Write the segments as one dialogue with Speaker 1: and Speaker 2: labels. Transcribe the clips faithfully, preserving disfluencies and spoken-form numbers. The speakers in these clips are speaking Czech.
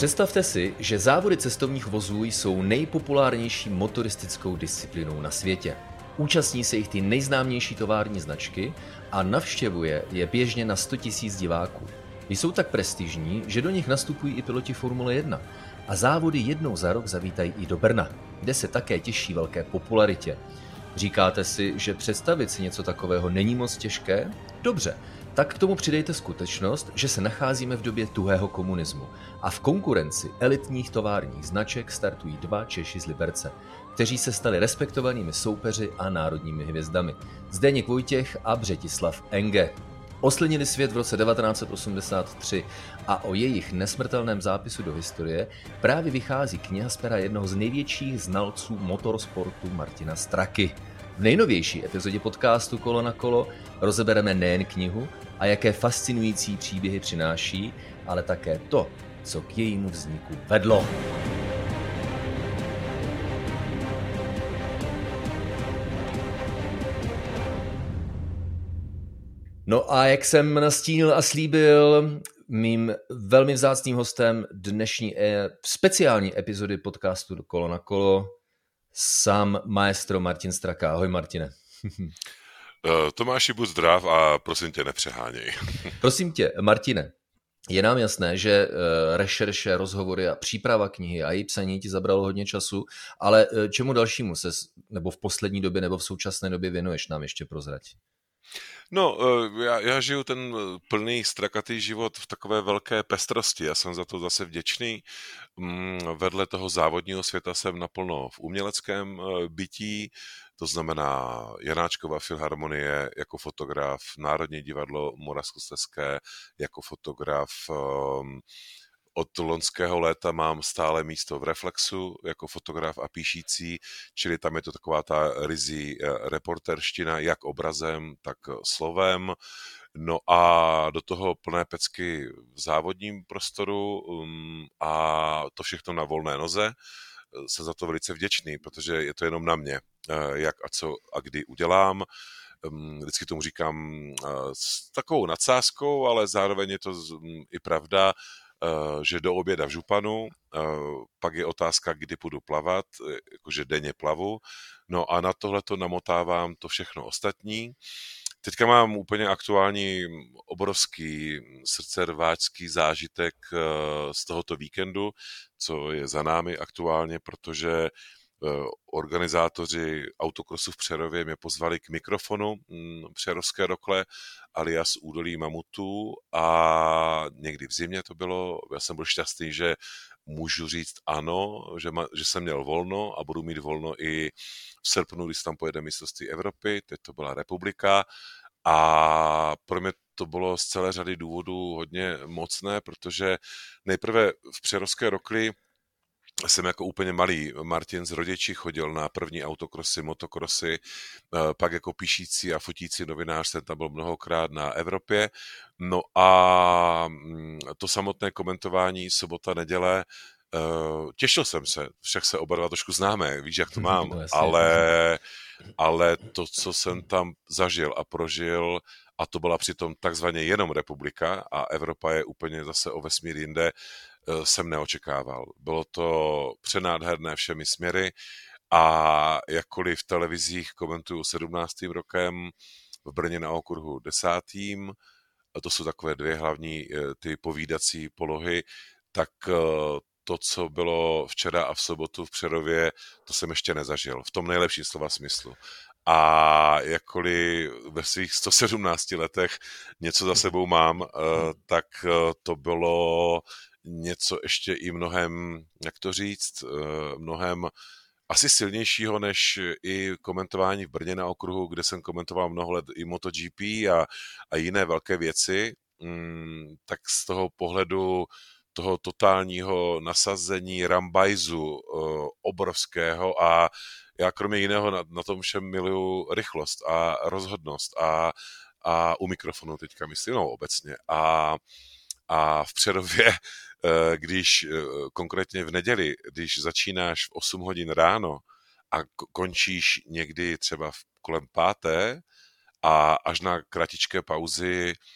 Speaker 1: Představte si, že závody cestovních vozů jsou nejpopulárnější motoristickou disciplínou na světě. Účastní se jich ty nejznámější tovární značky a navštěvuje je běžně na sto tisíc diváků. Jsou tak prestižní, že do nich nastupují i piloti Formule jedna a závody jednou za rok zavítají i do Brna, kde se také těší velké popularitě. Říkáte si, že představit si něco takového není moc těžké? Dobře, tak k tomu přidejte skutečnost, že se nacházíme v době tuhého komunismu a v konkurenci elitních továrních značek startují dva Češi z Liberce, kteří se stali respektovanými soupeři a národními hvězdami. Zdeněk Vojtěch a Břetislav Enge. Oslenili svět v roce devatenáct set osmdesát tři a o jejich nesmrtelném zápisu do historie právě vychází kniha z pera jednoho z největších znalců motorsportu Martina Straky. V nejnovější epizodě podcastu Kolo na kolo rozebereme nejen knihu a jaké fascinující příběhy přináší, ale také to, co k jejímu vzniku vedlo. No a jak jsem nastínil a slíbil, mým velmi vzácným hostem dnešní e- speciální epizody podcastu Kolo na kolo sám maestro Martin Straka. Ahoj, Martine.
Speaker 2: Tomáši, buď zdrav a prosím tě, nepřeháněj.
Speaker 1: Prosím tě, Martine, je nám jasné, že rešerše, rozhovory a příprava knihy a její psaní ti zabralo hodně času, ale čemu dalšímu se nebo v poslední době nebo v současné době věnuješ, nám ještě prozrať?
Speaker 2: No, já, já žiju ten plný strakatý život v takové velké pestrosti. Já jsem za to zase vděčný. Vedle toho závodního světa jsem naplno v uměleckém bytí, to znamená Janáčkova filharmonie jako fotograf, Národní divadlo Moravskoslezské jako fotograf. Od loňského léta mám stále místo v Reflexu jako fotograf a píšící, čili tam je to taková ta rizí reporterština jak obrazem, tak slovem. No a do toho plné pecky v závodním prostoru a to všechno na volné noze. Jsem za to velice vděčný, protože je to jenom na mě, jak a co a kdy udělám. Vždycky tomu říkám s takovou nadsázkou, ale zároveň je to i pravda, že do oběda v županu, pak je otázka, kdy půjdu plavat, jakože denně plavu, no a na tohleto namotávám to všechno ostatní. Teďka mám úplně aktuální obrovský srdcerváčský zážitek z tohoto víkendu, co je za námi aktuálně, protože organizátoři autokrosu v Přerově mě pozvali k mikrofonu Přerovské rokle alias Údolí mamutů a někdy v zimě to bylo. Já jsem byl šťastný, že můžu říct ano, že, ma, že jsem měl volno a budu mít volno i v srpnu, když tam pojede mistrovství Evropy, teď to byla republika a pro mě to bylo z celé řady důvodů hodně mocné, protože nejprve v Přerovské rokli jsem jako úplně malý Martin s rodiči chodil na první autokrosy, motokrosy, pak jako píšící a fotící novinář jsem tam byl mnohokrát na Evropě. No a to samotné komentování sobota, neděle, těšil jsem se, však se oba dva trošku známe, víš, jak to mám, no, ale, ale to, co jsem tam zažil a prožil, a to byla přitom takzvaně jenom republika a Evropa je úplně zase o vesmír jinde, jsem neočekával. Bylo to přenádherné všemi směry a jakkoliv v televizích komentuju sedmnáctým rokem, v Brně na okruhu desátým, to jsou takové dvě hlavní ty povídací polohy, tak to, co bylo včera a v sobotu v Přerově, to jsem ještě nezažil, v tom nejlepším slova smyslu. A jakkoliv ve svých sto sedmnácti letech něco za sebou mám, tak to bylo něco ještě i mnohem, jak to říct, mnohem asi silnějšího než i komentování v Brně na okruhu, kde jsem komentoval mnoho let i MotoGP a, a jiné velké věci, tak z toho pohledu toho totálního nasazení rambajzu obrovského a já kromě jiného na, na tom všem miluju rychlost a rozhodnost a, a u mikrofonu teďka myslím, no obecně a A v Přerově, když konkrétně v neděli, když začínáš v osm hodin ráno a končíš někdy třeba kolem páté a až na kratičké pauzy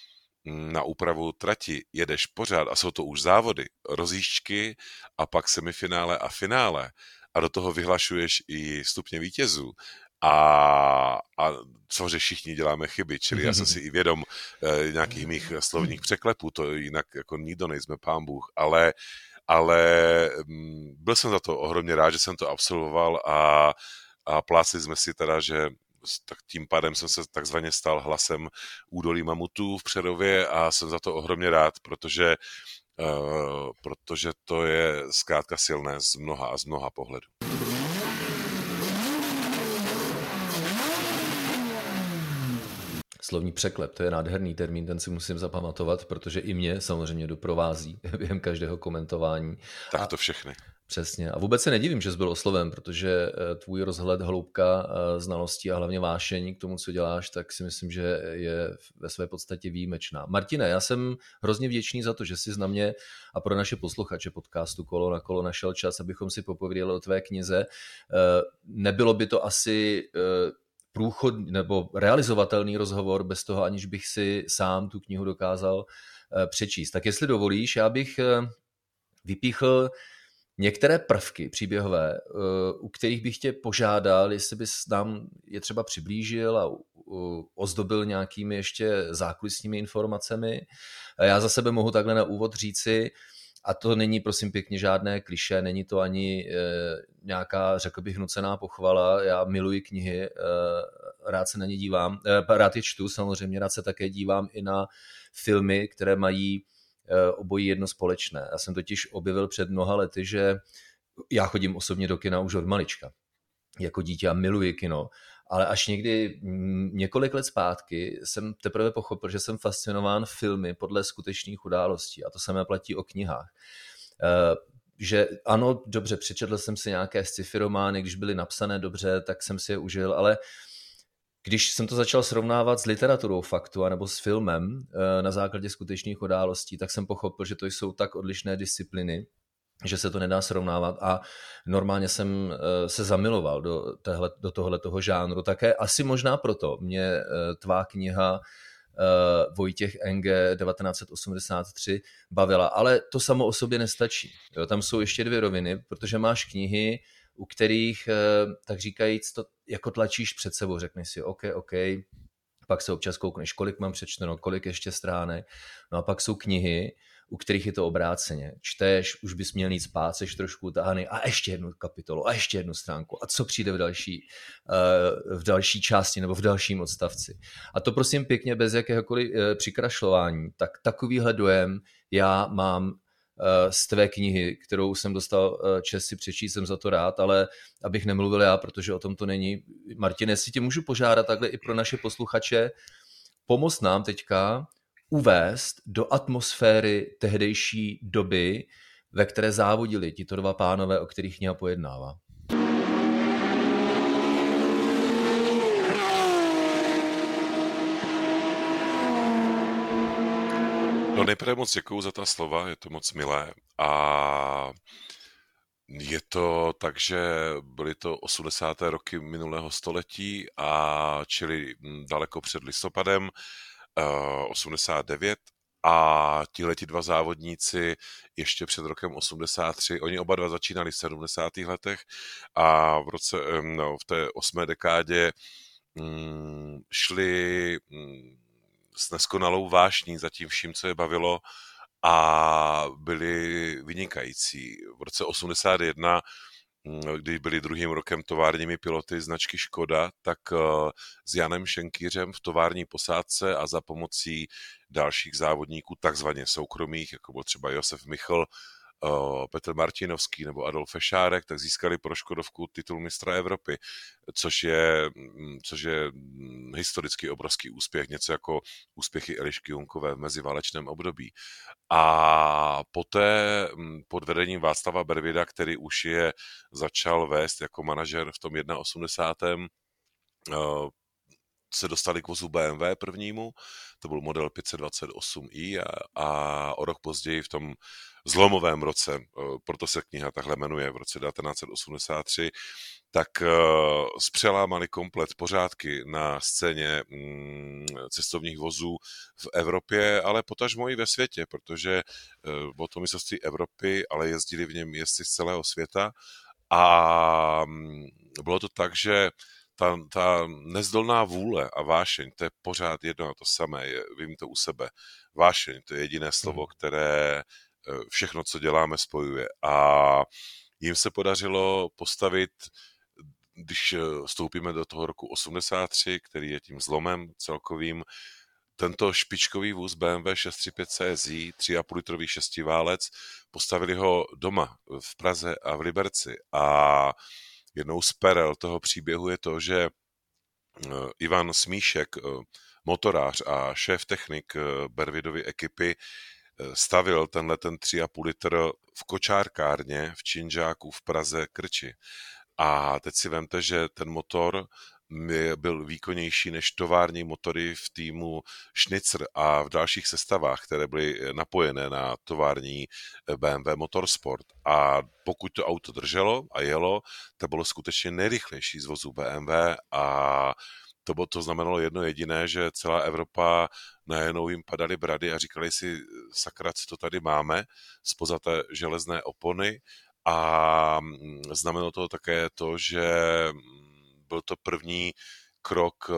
Speaker 2: na úpravu trati jedeš pořád a jsou to už závody, rozjížďky a pak semifinále a finále a do toho vyhlašuješ i stupně vítězů a, a samozřejmě všichni děláme chyby, čili já jsem si i vědom e, nějakých mých slovních překlepů, to jinak jako nikdo nejsme pán Bůh, ale, ale m, byl jsem za to ohromně rád, že jsem to absolvoval a, a plácli jsme si teda, že tak tím pádem jsem se takzvaně stal hlasem údolí mamutů v Přerově a jsem za to ohromně rád, protože, uh, protože to je zkrátka silné z mnoha a z mnoha pohledů.
Speaker 1: Slovní překlep, to je nádherný termín, ten si musím zapamatovat, protože i mě samozřejmě doprovází během každého komentování.
Speaker 2: Tak to všechny.
Speaker 1: Přesně. A vůbec se nedivím, že jsi byl osloven, protože tvůj rozhled, hloubka znalostí a hlavně vášení k tomu, co děláš, tak si myslím, že je ve své podstatě výjimečná. Martine, já jsem hrozně vděčný za to, že jsi na mě a pro naše posluchače podcastu Kolo na kolo našel čas, abychom si popovídali o tvé knize. Nebylo by to asi průchod nebo realizovatelný rozhovor bez toho, aniž bych si sám tu knihu dokázal přečíst. Tak jestli dovolíš, já bych vypíchl některé prvky příběhové, u kterých bych tě požádal, jestli bys nám je třeba přiblížil a ozdobil nějakými ještě zákulisními informacemi. Já za sebe mohu takhle na úvod říci, a to není prosím pěkně žádné klišé, není to ani nějaká, řekl bych, nucená pochvala. Já miluji knihy, rád se na ně dívám, rád je čtu samozřejmě, rád se také dívám i na filmy, které mají obojí jedno společné. Já jsem totiž objevil před mnoha lety, že já chodím osobně do kina už od malička. Jako dítě a miluji kino, ale až někdy několik let zpátky jsem teprve pochopil, že jsem fascinován filmy podle skutečných událostí a to samé platí o knihách. Že ano, dobře, přečetl jsem si nějaké sci-fi romány, když byly napsané dobře, tak jsem si je užil, ale když jsem to začal srovnávat s literaturou faktu anebo s filmem na základě skutečných událostí, tak jsem pochopil, že to jsou tak odlišné disciplíny, že se to nedá srovnávat a normálně jsem se zamiloval do, téhle, do tohletoho žánru. Také asi možná proto mě tvá kniha Vojtěch Enge devatenáct set osmdesát tři bavila, ale to samo o sobě nestačí. Jo, tam jsou ještě dvě roviny, protože máš knihy, u kterých, tak říkajíc, to jako tlačíš před sebou, řekneš si OK, OK, pak se občas koukneš, kolik mám přečteno, kolik ještě stránek, no a pak jsou knihy, u kterých je to obráceně. Čteš, už bys měl jít spát, seš trošku utahaný a ještě jednu kapitolu a ještě jednu stránku a co přijde v další, v další části nebo v dalším odstavci. A to prosím pěkně bez jakéhokoliv přikrašlování. Tak takovýhle dojem já mám z tvé knihy, kterou jsem dostal čest si přečíst, jsem za to rád, ale abych nemluvil já, protože o tom to není. Martine, jestli tě můžu požádat takhle i pro naše posluchače, pomoct nám teďka uvést do atmosféry tehdejší doby, ve které závodili tito dva pánové, o kterých kniha pojednává.
Speaker 2: No nejprve moc děkuju za ta slova, je to moc milé a je to tak, že byly to osmdesátá roky minulého století a čili daleko před listopadem uh, osmdesát devět a tihleti dva závodníci ještě před rokem osmdesát tři, oni oba dva začínali v sedmdesátých letech a v roce, no, v té osmé dekádě um, šli um, s neskonalou vášní za tím vším, co je bavilo a byli vynikající. V roce osmdesát jedna, když byli druhým rokem továrními piloty značky Škoda, tak s Janem Šenkýřem v tovární posádce a za pomocí dalších závodníků, takzvaně soukromých, jako byl třeba Josef Michl, Petr Martinovský nebo Adolf Fešárek, tak získali pro Škodovku titul mistra Evropy, což je, což je historicky obrovský úspěch, něco jako úspěchy Elišky Junkové v meziválečném období. A poté pod vedením Václava Bervida, který už je začal vést jako manažer v tom osmdesátém prvním se dostali k vozu bé em vé prvnímu, to byl model pět set dvacet osm i a, a o rok později v tom zlomovém roce, proto se kniha takhle jmenuje, v roce devatenáct set osmdesát tři, tak uh, zpřelámali komplet pořádky na scéně mm, cestovních vozů v Evropě, ale potažmo i ve světě, protože uh, bylo to mistrovství Evropy, ale jezdili v něm jezdci z celého světa a um, bylo to tak, že ta, ta nezdolná vůle a vášeň, to je pořád jedno a to samé, je, vím to u sebe, vášeň, to je jediné slovo, které uh, všechno, co děláme, spojuje a jim se podařilo postavit, když vstoupíme do toho roku osmdesát tři, který je tím zlomem celkovým, tento špičkový vůz bé em vé šest set třicet pět C S I, tři a půl litrový šestiválec, postavili ho doma v Praze a v Liberci a jednou z perel toho příběhu je to, že Ivan Smíšek, motorář a šéf technik Bervidovy ekipy, stavil tenhle ten tři a půl litr v kočárkárně v Činžáku v Praze Krči. A teď si vemte, že ten motor byl výkonnější než tovární motory v týmu Schnitzer a v dalších sestavách, které byly napojené na tovární bé em vé Motorsport. A pokud to auto drželo a jelo, to bylo skutečně nejrychlejší z vozů bé em vé a to, bylo, to znamenalo jedno jediné, že celá Evropa najednou jim padaly brady a říkali si, sakra, co to tady máme, spoza té železné opony. A znamenalo to také to, že byl to první krok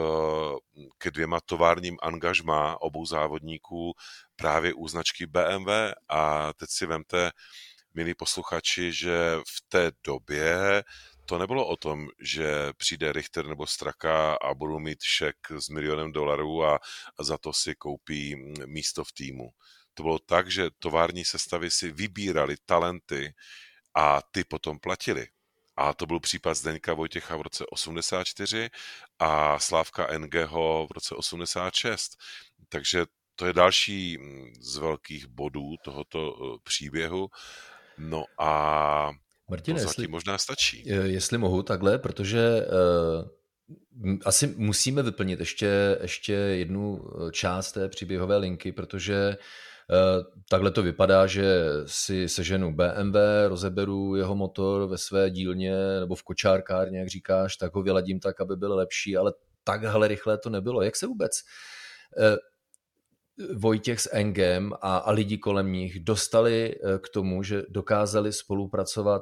Speaker 2: ke dvěma továrním angažmá obou závodníků právě u značky bé em vé. A teď si vemte, milí posluchači, že v té době to nebylo o tom, že přijde Richter nebo Straka a budou mít šek s milionem dolarů a, a za to si koupí místo v týmu. To bylo tak, že tovární sestavy si vybírali talenty a ty potom platili. A to byl případ Zdeňka Vojtěcha v roce osmdesát čtyři a Slávka N G ho v roce osmdesát šest. Takže to je další z velkých bodů tohoto příběhu. No a
Speaker 1: Martine,
Speaker 2: to zatím
Speaker 1: jestli,
Speaker 2: možná stačí.
Speaker 1: Jestli mohu takhle, protože uh, asi musíme vyplnit ještě, ještě jednu část té příběhové linky, protože uh, takhle to vypadá, že si seženu bé em vé, rozeberu jeho motor ve své dílně nebo v kočárkárně, jak říkáš, tak ho vyladím tak, aby byl lepší, ale takhle rychle to nebylo. Jak se vůbec uh, Vojtěch s Engem a, a lidi kolem nich dostali k tomu, že dokázali spolupracovat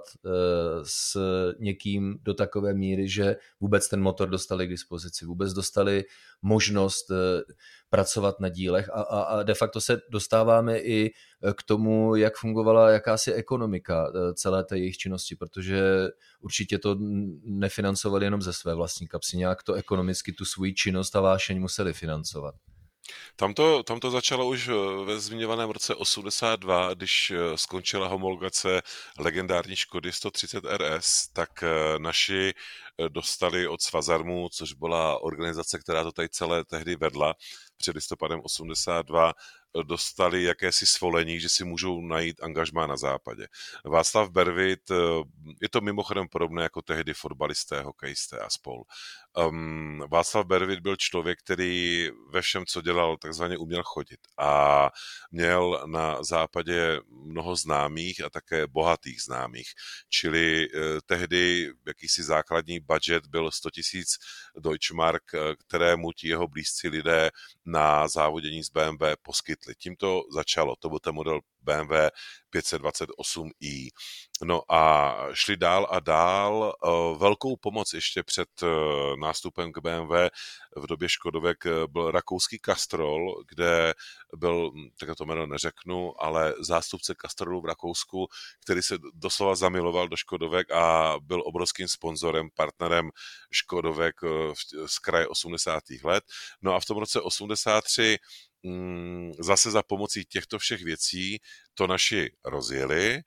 Speaker 1: s někým do takové míry, že vůbec ten motor dostali k dispozici, vůbec dostali možnost pracovat na dílech a, a, a de facto se dostáváme i k tomu, jak fungovala jakási ekonomika celé té jejich činnosti, protože určitě to nefinancovali jenom ze své vlastní kapsy, nějak to ekonomicky tu svou činnost a vášeň museli financovat.
Speaker 2: Tam to, tam to začalo už ve zmiňovaném roce osmdesát dva, když skončila homologace legendární Škody sto třicet R S, tak naši dostali od Svazarmu, což byla organizace, která to tady celé tehdy vedla před listopadem osmdesát dva, dostali jakési svolení, že si můžou najít angažmá na západě. Václav Bervit, je to mimochodem podobné jako tehdy fotbalisté, hokejisté a spol. Um, Václav Bervit byl člověk, který ve všem, co dělal, takzvaně uměl chodit a měl na západě mnoho známých a také bohatých známých, čili eh, tehdy jakýsi základní budget byl sto tisíc Deutschmark, kterému ti jeho blízcí lidé na závodění z bé em vé poskytli. Tím to začalo, to byl ten model bé em vé pět set dvacet osm i. No a šli dál a dál. Velkou pomoc ještě před nástupem k bé em vé v době Škodovek byl rakouský Castrol, kde byl, tak to jméno neřeknu, ale zástupce Castrolu v Rakousku, který se doslova zamiloval do Škodovek a byl obrovským sponzorem, partnerem Škodovek z kraje osmdesátých let. No a v tom roce osmdesát tři zase za pomocí těchto všech věcí to naši rozjeli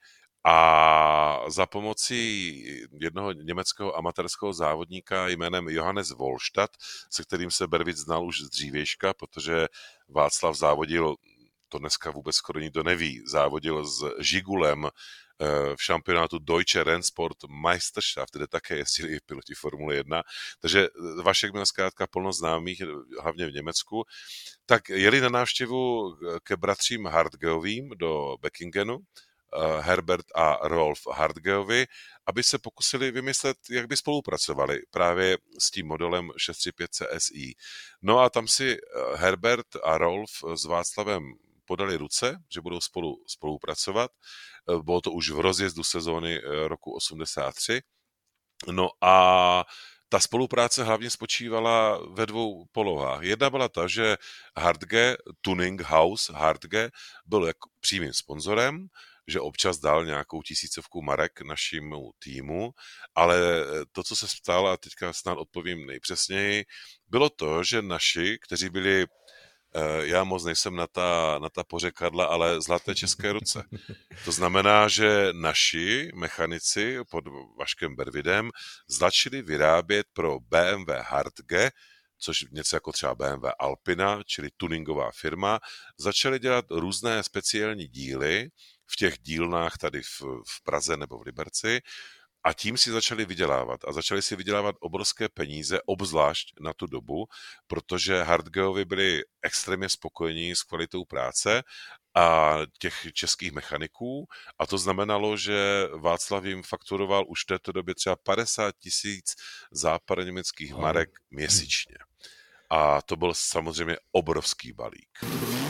Speaker 2: a za pomocí jednoho německého amatérského závodníka jménem Johannes Wohlstadt, se kterým se Bervit znal už z dřívějška, protože Václav závodil to dneska vůbec skoro nikdo neví, závodil s Žigulem v šampionátu Deutsche Rennsport Meisterschaft, kde také jezdili i piloti Formule jedna, takže Vašek měl zkrátka plno známých, hlavně v Německu, tak jeli na návštěvu ke bratřím Hartgeovým do Beckingenu, Herbert a Rolf Hartgeovi, aby se pokusili vymyslet, jak by spolupracovali právě s tím modelem šest tři pět C S I. No a tam si Herbert a Rolf s Václavem podali ruce, že budou spolu spolupracovat. Bylo to už v rozjezdu sezóny roku osmdesát tři. No a ta spolupráce hlavně spočívala ve dvou polohách. Jedna byla ta, že Hartge, Tuning House Hartge, byl jako přímým sponzorem, že občas dal nějakou tisícovku marek našemu týmu, ale to, co se stalo, a teďka snad odpovím nejpřesněji, bylo to, že naši, kteří byli, já moc nejsem na ta, na ta pořekadla, ale zlaté české ruce. To znamená, že naši mechanici pod Vaškem Bervidem začali vyrábět pro B M W Hartge, což něco jako třeba B M W Alpina, čili tuningová firma, začali dělat různé speciální díly v těch dílnách tady v, v Praze nebo v Liberci a tím si začali vydělávat. A začali si vydělávat obrovské peníze, obzvlášť na tu dobu, protože Hartgeovi byli extrémně spokojení s kvalitou práce a těch českých mechaniků a to znamenalo, že Václav jim fakturoval už v této době třeba padesát tisíc západoněmeckých marek měsíčně. A to byl samozřejmě obrovský balík.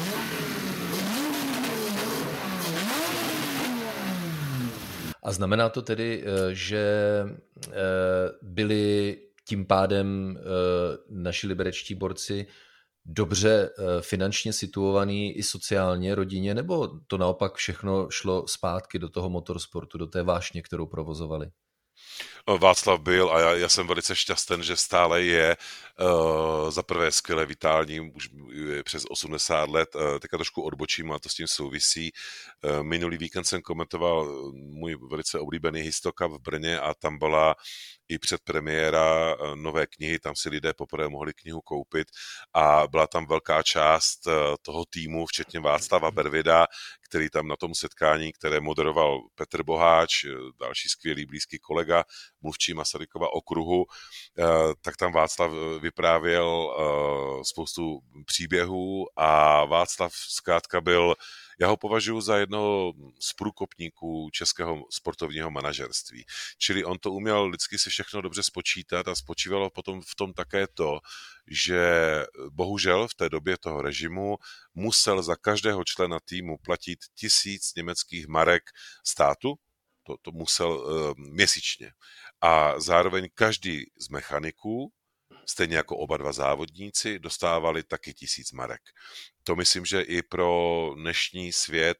Speaker 1: A znamená to tedy, že byli tím pádem naši liberečtí borci dobře finančně situovaný i sociálně, rodině, nebo to naopak všechno šlo zpátky do toho motorsportu, do té vášně, kterou provozovali?
Speaker 2: Václav byl a já, já jsem velice šťastný, že stále je uh, za prvé skvěle vitální, už je přes osmdesát let, uh, teďka trošku odbočím a to s tím souvisí. Uh, minulý víkend jsem komentoval můj velice oblíbený Histoka v Brně a tam byla i předpremiéra nové knihy, tam si lidé poprvé mohli knihu koupit a byla tam velká část toho týmu, včetně Václava Bervida, který tam na tom setkání, které moderoval Petr Boháč, další skvělý blízký kolega, mluvčí Masarykova okruhu, tak tam Václav vyprávěl spoustu příběhů a Václav zkrátka byl, já ho považuji za jednoho z průkopníků českého sportovního manažerství. Čili on to uměl vždycky si všechno dobře spočítat a spočívalo potom v tom také to, že bohužel v té době toho režimu musel za každého člena týmu platit tisíc německých marek státu, to, to musel uh, měsíčně. A zároveň každý z mechaniků, stejně jako oba dva závodníci, dostávali taky tisíc marek. To myslím, že i pro dnešní svět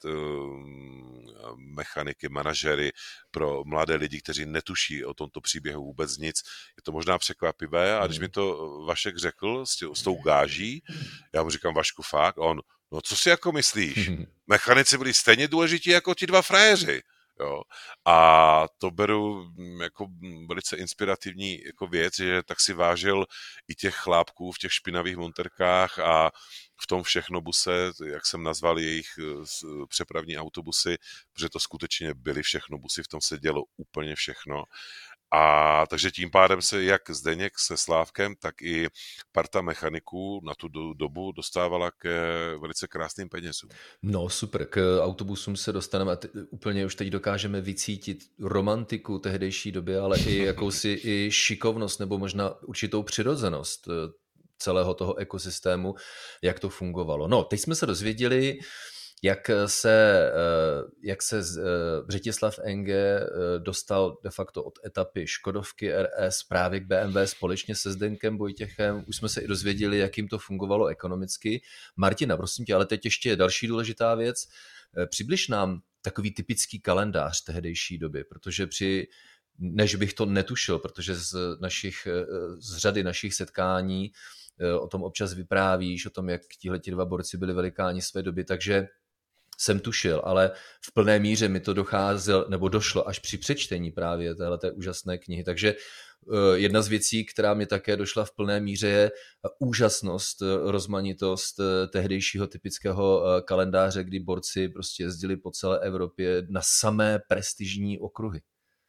Speaker 2: mechaniky, manažery, pro mladé lidi, kteří netuší o tomto příběhu vůbec nic, je to možná překvapivé. A když mi to Vašek řekl s, tě, s tou gáží, já mu říkám, Vašku, fakt, a on, no co si jako myslíš? Mechanici byli stejně důležití jako ti dva frajeři. Jo. A to beru jako velice inspirativní jako věc, že tak si vážil i těch chlápků v těch špinavých monterkách a v tom všechnobuse, jak jsem nazval jejich přepravní autobusy, protože to skutečně byly všechnobusy, v tom se dělo úplně všechno. A takže tím pádem se jak Zdeněk se Slávkem, tak i parta mechaniků na tu dobu dostávala k velice krásným penězům.
Speaker 1: No super, k autobusům se dostaneme a t- úplně už teď dokážeme vycítit romantiku tehdejší doby, ale i jakousi i šikovnost nebo možná určitou přirozenost celého toho ekosystému, jak to fungovalo. No, teď jsme se dozvěděli, jak se, jak se Břetislav Enge dostal de facto od etapy Škodovky R S právě k B M W společně se Zdenkem Vojtěchem. Už jsme se i dozvěděli, jak jim to fungovalo ekonomicky. Martina, prosím tě, ale teď ještě další důležitá věc. Přibliž nám takový typický kalendář tehdejší doby, protože při, než bych to netušil, protože z, našich, z řady našich setkání o tom občas vyprávíš, o tom, jak tihleti dva borci byli velikáni své doby, takže jsem tušil, ale v plné míře mi to docházelo, nebo došlo až při přečtení právě téhleté úžasné knihy. Takže Jedna z věcí, která mě také došla v plné míře, je úžasnost, rozmanitost tehdejšího typického kalendáře, kdy borci prostě jezdili po celé Evropě na samé prestižní okruhy.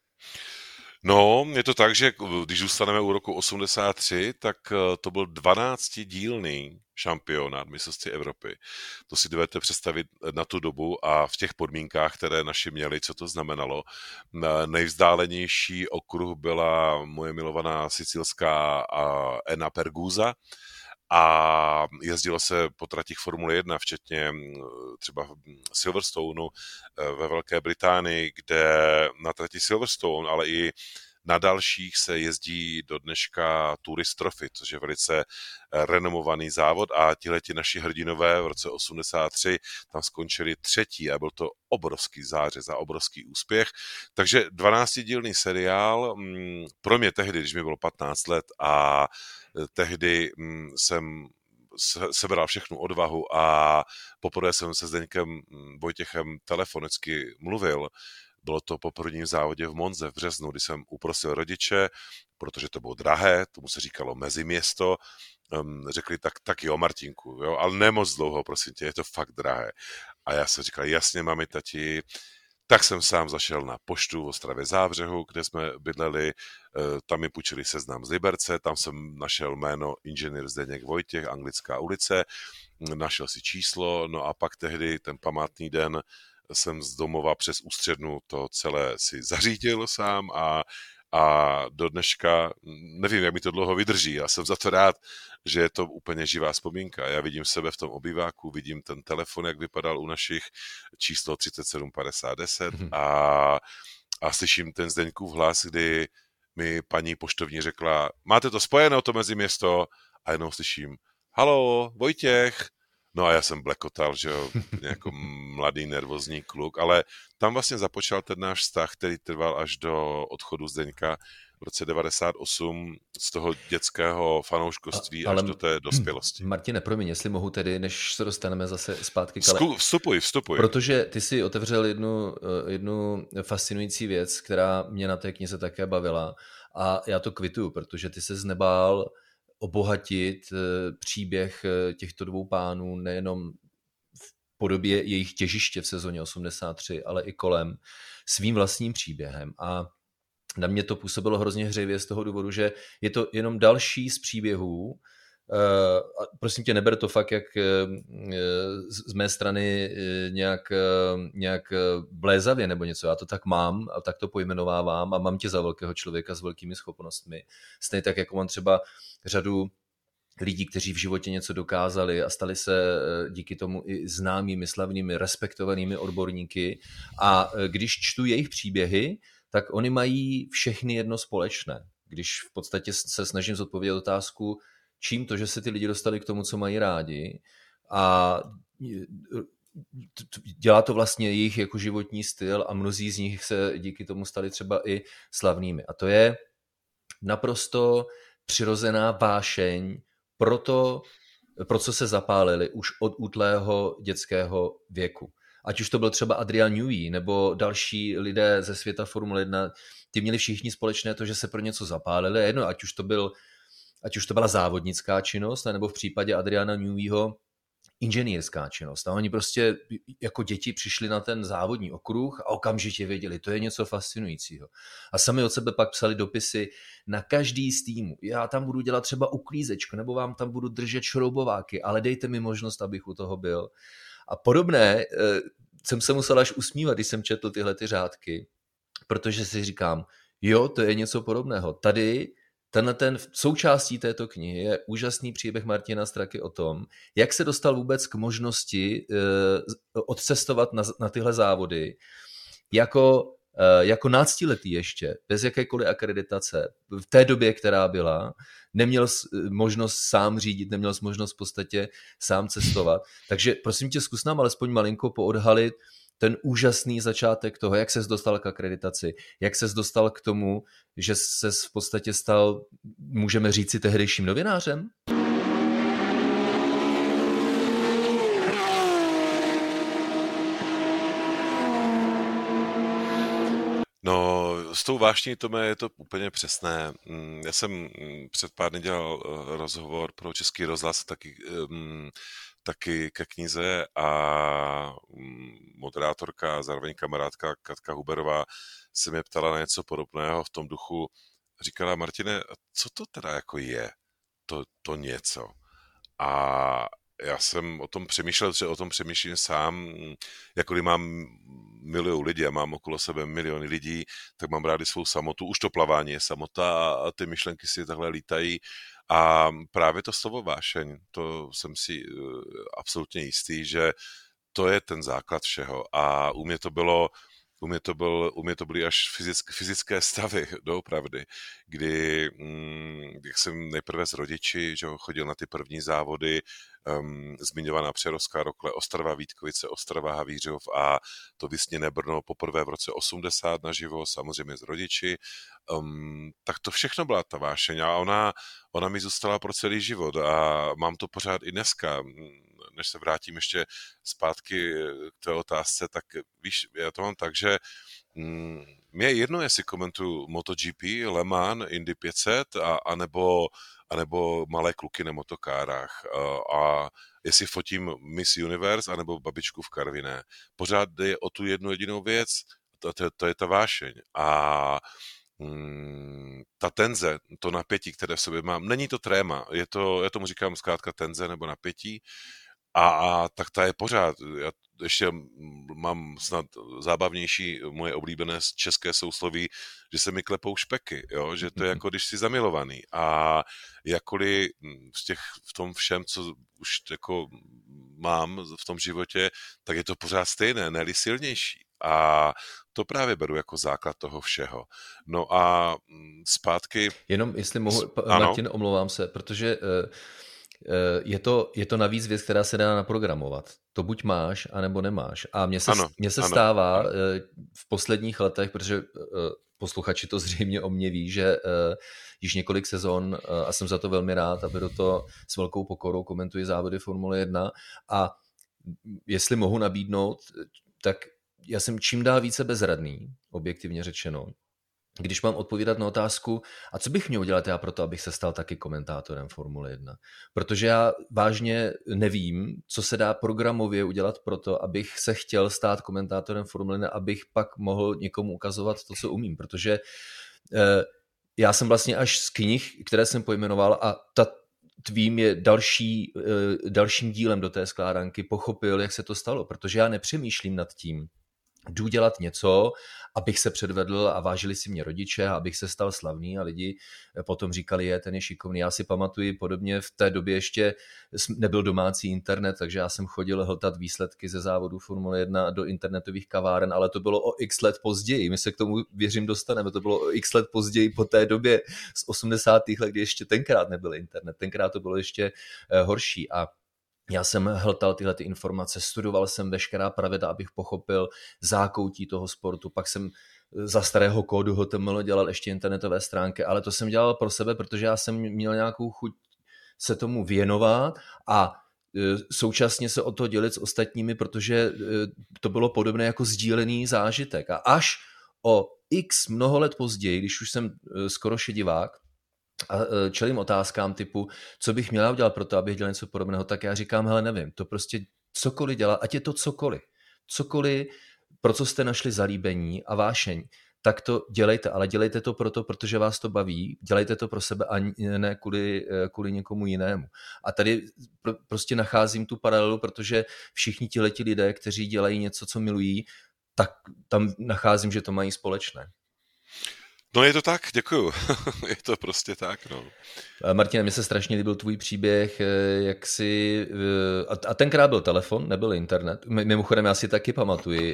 Speaker 2: No, je to tak, že když zůstaneme u roku osmdesát tři, tak to byl dvanáctidílný šampionát mistrovství Evropy. To si dovedete představit na tu dobu a v těch podmínkách, které naši měli, co to znamenalo. Nejvzdálenější okruh byla moje milovaná sicilská Enna Pergusa, a jezdilo se po tratích Formule jedna, včetně třeba Silverstoneu ve Velké Británii, kde na trati Silverstone, ale i na dalších se jezdí do dneška Tourist Trophy, což je velice renomovaný závod a tihleti naši hrdinové v roce osmdesát tři tam skončili třetí a byl to obrovský zářez a obrovský úspěch. Takže dvanáctidílný seriál pro mě tehdy, když mi bylo patnáct let a tehdy jsem sebral všechnu odvahu a poprvé jsem se Zdeňkem Vojtěchem telefonicky mluvil. Bylo to po prvním závodě v Monze v březnu, kdy jsem uprosil rodiče, protože to bylo drahé, tomu se říkalo meziměsto, řekli tak, tak jo, Martinku, jo, ale ne moc dlouho, prosím tě, je to fakt drahé. A já jsem říkal, jasně, mami, tati. Tak jsem sám zašel na poštu v Ostravě Zábřehu, kde jsme bydleli, tam mi půjčili seznam z Liberce, tam jsem našel jméno inženýr Zdeněk Vojtěch, Anglická ulice, našel si číslo, no a pak tehdy ten památný den jsem z domova přes ústřednu to celé si zařídil sám a, a do dneška nevím, jak mi to dlouho vydrží. Já jsem za to rád, že je to úplně živá vzpomínka. Já vidím sebe v tom obýváku, vidím ten telefon, jak vypadal u našich, číslo třicet sedm padesát deset a, a slyším ten Zdeňkův hlas, kdy mi paní poštovní řekla, máte to spojeno, to meziměsto? A jenom slyším, haló, Vojtěch. No a já jsem blekotal, že jo, jako mladý nervózní kluk, ale tam vlastně započal ten náš vztah, který trval až do odchodu Zdeňka v roce devadesát osm z toho dětského fanouškovství až do té dospělosti.
Speaker 1: Martine, promiň, jestli mohu tedy, než se dostaneme zase zpátky. Kale...
Speaker 2: Vstupuj, vstupuj.
Speaker 1: Protože ty si otevřel jednu, jednu fascinující věc, která mě na té knize také bavila a já to kvituju, protože ty se znebál obohatit příběh těchto dvou pánů nejenom v podobě jejich těžiště v sezóně osmdesát tři, ale i kolem svým vlastním příběhem. A na mě to působilo hrozně hřejivě z toho důvodu, že je to jenom další z příběhů. A prosím tě, neber to fakt jak z mé strany nějak, nějak blézavě nebo něco. Já to tak mám a tak to pojmenovávám a mám tě za velkého člověka s velkými schopnostmi. Stejně tak, jako mám třeba řadu lidí, kteří v životě něco dokázali a stali se díky tomu i známými, slavnými, respektovanými odborníky. A když čtu jejich příběhy, tak oni mají všechny jedno společné. Když v podstatě se snažím zodpovědět otázku, čím to, že se ty lidi dostali k tomu, co mají rádi a dělá to vlastně jejich jako životní styl a mnozí z nich se díky tomu stali třeba i slavnými. A to je naprosto přirozená vášeň pro to, pro co se zapálili už od útlého dětského věku. Ať už to byl třeba Adrian Newey nebo další lidé ze světa Formule jedna, ty měli všichni společné to, že se pro něco zapálili. Jedno, ať už to byl ať už to byla závodnická činnost, nebo v případě Adriana Neweyho inženýrská činnost. A oni prostě jako děti přišli na ten závodní okruh a okamžitě věděli, to je něco fascinujícího. A sami od sebe pak psali dopisy na každý z týmu. Já tam budu dělat třeba uklízečku, nebo vám tam budu držet šroubováky, ale dejte mi možnost, abych u toho byl. A podobné jsem se musel až usmívat, když jsem četl tyhle ty řádky, protože si říkám, jo, to je něco podobného. Tady Tenhle ten součástí této knihy je úžasný příběh Martina Straky o tom, jak se dostal vůbec k možnosti uh, odcestovat na, na tyhle závody jako, uh, jako náctiletý ještě, bez jakékoliv akreditace, v té době, která byla, neměl možnost sám řídit, neměl možnost v podstatě sám cestovat. Takže prosím tě, zkus nám alespoň malinko poodhalit ten úžasný začátek toho, jak ses dostal k akreditaci, jak ses dostal k tomu, že ses v podstatě stal, můžeme říci, tehdejším novinářem?
Speaker 2: No, s tou vášní, Tome, je to úplně přesné. Já jsem před pár dny dělal rozhovor pro Český rozhlas taky, taky ke knize a moderátorka a zároveň kamarádka Katka Huberová se mě ptala na něco podobného v tom duchu. Říkala: Martine, co to teda jako je, to, to něco? A já jsem o tom přemýšlel, že o tom přemýšlím sám, jako když mám milion lidí a mám okolo sebe miliony lidí, tak mám rádi svou samotu. Už to plavání je samota a ty myšlenky si takhle lítají. A právě to slovo vášeň, to jsem si absolutně jistý, že to je ten základ všeho. A u mě to bylo U mě to, byl, u mě to byly až fyzické, fyzické stavy, doopravdy, kdy mm, jak jsem nejprve s rodiči, že chodil na ty první závody, um, zmiňovaná Přerovská Rokle, Ostrava Vítkovice, Ostrava Havířov a to Vysněné Brno poprvé v roce osmdesát naživo, samozřejmě s rodiči. Um, tak to všechno byla ta vášeň a ona, ona mi zůstala pro celý život a mám to pořád i dneska. Než se vrátím ještě zpátky k té otázce, tak víš, já to mám tak, že mm, mě je jedno, jestli komentuju MotoGP, Le Mans, Indy pět set a, anebo, anebo malé kluky na motokárách a, a jestli fotím Miss Universe anebo babičku v Karviné. Pořád jde o tu jednu jedinou věc, to, to, to je ta vášeň a mm, ta tenze, to napětí, které v sobě mám, není to tréma, je to, já tomu říkám zkrátka tenze nebo napětí. A, a tak ta je pořád. Já ještě mám snad zábavnější moje oblíbené české sousloví, že se mi klepou špeky, jo? Že to je jako když jsi zamilovaný. A jakkoliv v, těch, v tom všem, co už jako mám v tom životě, tak je to pořád stejné, ne-li silnější. A to právě beru jako základ toho všeho. No a zpátky...
Speaker 1: Jenom, jestli mohu, Martin, omlouvám se, protože... Uh... Je to, je to navíc věc, která se dá naprogramovat. To buď máš, anebo nemáš. A mně se,
Speaker 2: ano,
Speaker 1: mně se
Speaker 2: ano,
Speaker 1: stává
Speaker 2: ano.
Speaker 1: v posledních letech, protože posluchači to zřejmě o mě ví, že již několik sezon, a jsem za to velmi rád a beru to s velkou pokorou, komentuji závody Formule jedna a jestli mohu nabídnout, tak já jsem čím dál více bezradný, objektivně řečeno, když mám odpovídat na otázku, a co bych měl dělat já pro to, abych se stal taky komentátorem Formule jedna. Protože já vážně nevím, co se dá programově udělat pro to, abych se chtěl stát komentátorem Formule jedna, abych pak mohl někomu ukazovat to, co umím. Protože eh, já jsem vlastně až z knih, které jsem pojmenoval, a ta tvým je další, eh, dalším dílem do té skládanky, pochopil, jak se to stalo. Protože já nepřemýšlím nad tím, jdu dělat něco, abych se předvedl a vážili si mě rodiče, abych se stal slavný a lidi potom říkali, je, ten je šikovný. Já si pamatuji podobně, v té době ještě nebyl domácí internet, takže já jsem chodil hltat výsledky ze závodu Formule jedna do internetových kaváren, ale to bylo o x let později. My se k tomu, věřím, dostaneme. To bylo o x let později po té době z osmdesátých let, kdy ještě tenkrát nebyl internet. Tenkrát to bylo ještě horší a já jsem hltal tyhle ty informace, studoval jsem veškerá pravidla, abych pochopil zákoutí toho sportu, pak jsem za starého kódu H T M L dělal ještě internetové stránky, ale to jsem dělal pro sebe, protože já jsem měl nějakou chuť se tomu věnovat a současně se o to dělit s ostatními, protože to bylo podobné jako sdílený zážitek. A až o x mnoho let později, když už jsem skoro šedivák, a čelím otázkám typu, co bych měla udělat pro to, abych dělal něco podobného, tak já říkám, hele, nevím, to prostě cokoliv dělá, ať je to cokoliv. Cokoliv, pro co jste našli zalíbení a vášeň, tak to dělejte, ale dělejte to proto, protože vás to baví, dělejte to pro sebe a ne kvůli, kvůli někomu jinému. A tady prostě nacházím tu paralelu, protože všichni tihleti lidé, kteří dělají něco, co milují, tak tam nacházím, že to mají společné.
Speaker 2: No je to tak, děkuju. Je to prostě tak, no.
Speaker 1: Martina, mně se strašně líbil tvůj příběh, jak si... A tenkrát byl telefon, nebyl internet. Mimochodem, já si taky pamatuji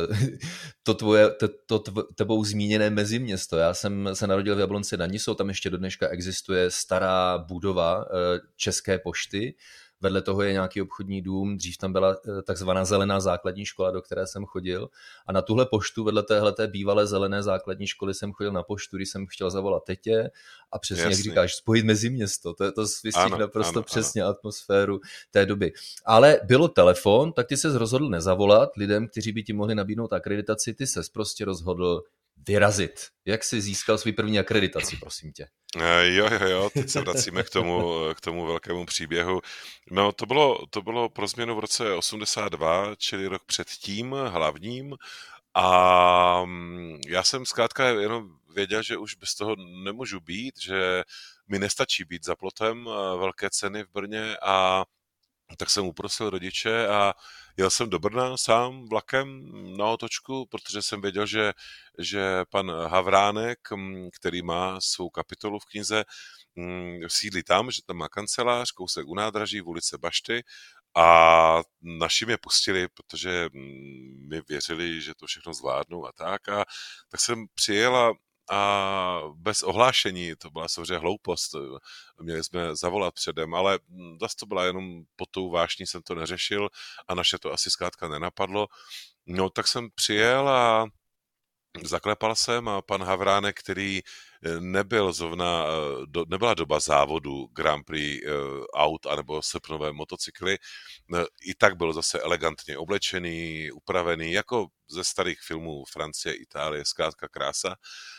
Speaker 1: to tvoje, to, to tebou zmíněné meziměsto. Já jsem se narodil v Jablonci nad Nisou, tam ještě do dneška existuje stará budova České pošty. Vedle toho je nějaký obchodní dům, dřív tam byla takzvaná zelená základní škola, do které jsem chodil. A na tuhle poštu, vedle téhleté bývalé zelené základní školy jsem chodil na poštu, když jsem chtěl zavolat tetě a přesně, Jasný. Jak říkáš, spojit meziměsto. To je to vystih naprosto ano, přesně ano. Atmosféru té doby. Ale bylo telefon, tak ty ses rozhodl nezavolat lidem, kteří by ti mohli nabídnout akreditaci, ty ses prostě rozhodl vyrazit. Jak jsi získal svůj první akreditaci, prosím tě?
Speaker 2: Jo, jo, jo, teď se vracíme k tomu, k tomu velkému příběhu. No, to bylo, to bylo pro změnu v roce osmdesát dva, čili rok před tím hlavním. A já jsem zkrátka jenom věděl, že už bez toho nemůžu být, že mi nestačí být za plotem velké ceny v Brně, a tak jsem uprosil rodiče a jel jsem do Brna sám vlakem na otočku, protože jsem věděl, že, že pan Havránek, který má svou kapitolu v knize, sídlí tam, že tam má kancelář, kousek u nádraží v ulici Bašty, a naši mě pustili, protože mi věřili, že to všechno zvládnou a tak. A tak jsem přijel a, a bez ohlášení, to byla samozřejmě hloupost, měli jsme zavolat předem, ale zase to byla jenom pod tou vášní, jsem to neřešil a naše to asi zkrátka nenapadlo. No tak jsem přijel a zaklepal jsem a pan Havránek, který nebyl zrovna, do, nebyla doba závodu Grand Prix aut anebo srpnové motocykly, i tak byl zase elegantně oblečený, upravený, jako ze starých filmů Francie, Itálie, zkrátka krása.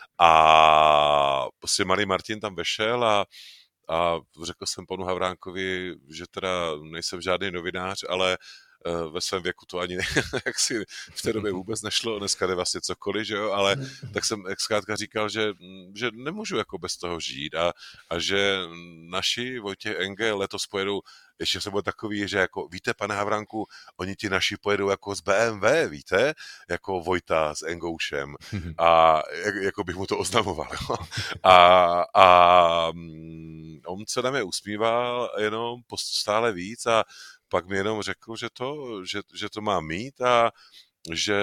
Speaker 2: A prostě malý Martin tam vešel a a řekl jsem panu Havránkovi, že teda nejsem žádný novinář, ale ve svém věku to ani jak si v té době vůbec nešlo, dneska jde vlastně cokoliv, že jo, ale tak jsem zkrátka říkal, že, že nemůžu jako bez toho žít a, a že naši Vojtěch Enge letos pojedou, ještě jsem byl takový, že jako víte, pane Havránku, oni ti naši pojedou jako z bé em vé, víte, jako Vojta s Engoušem a jak, jako bych mu to oznamoval, jo? A, a on se na mě usmíval jenom stále víc a pak mi jenom řekl, že to, že, že to má mít a že,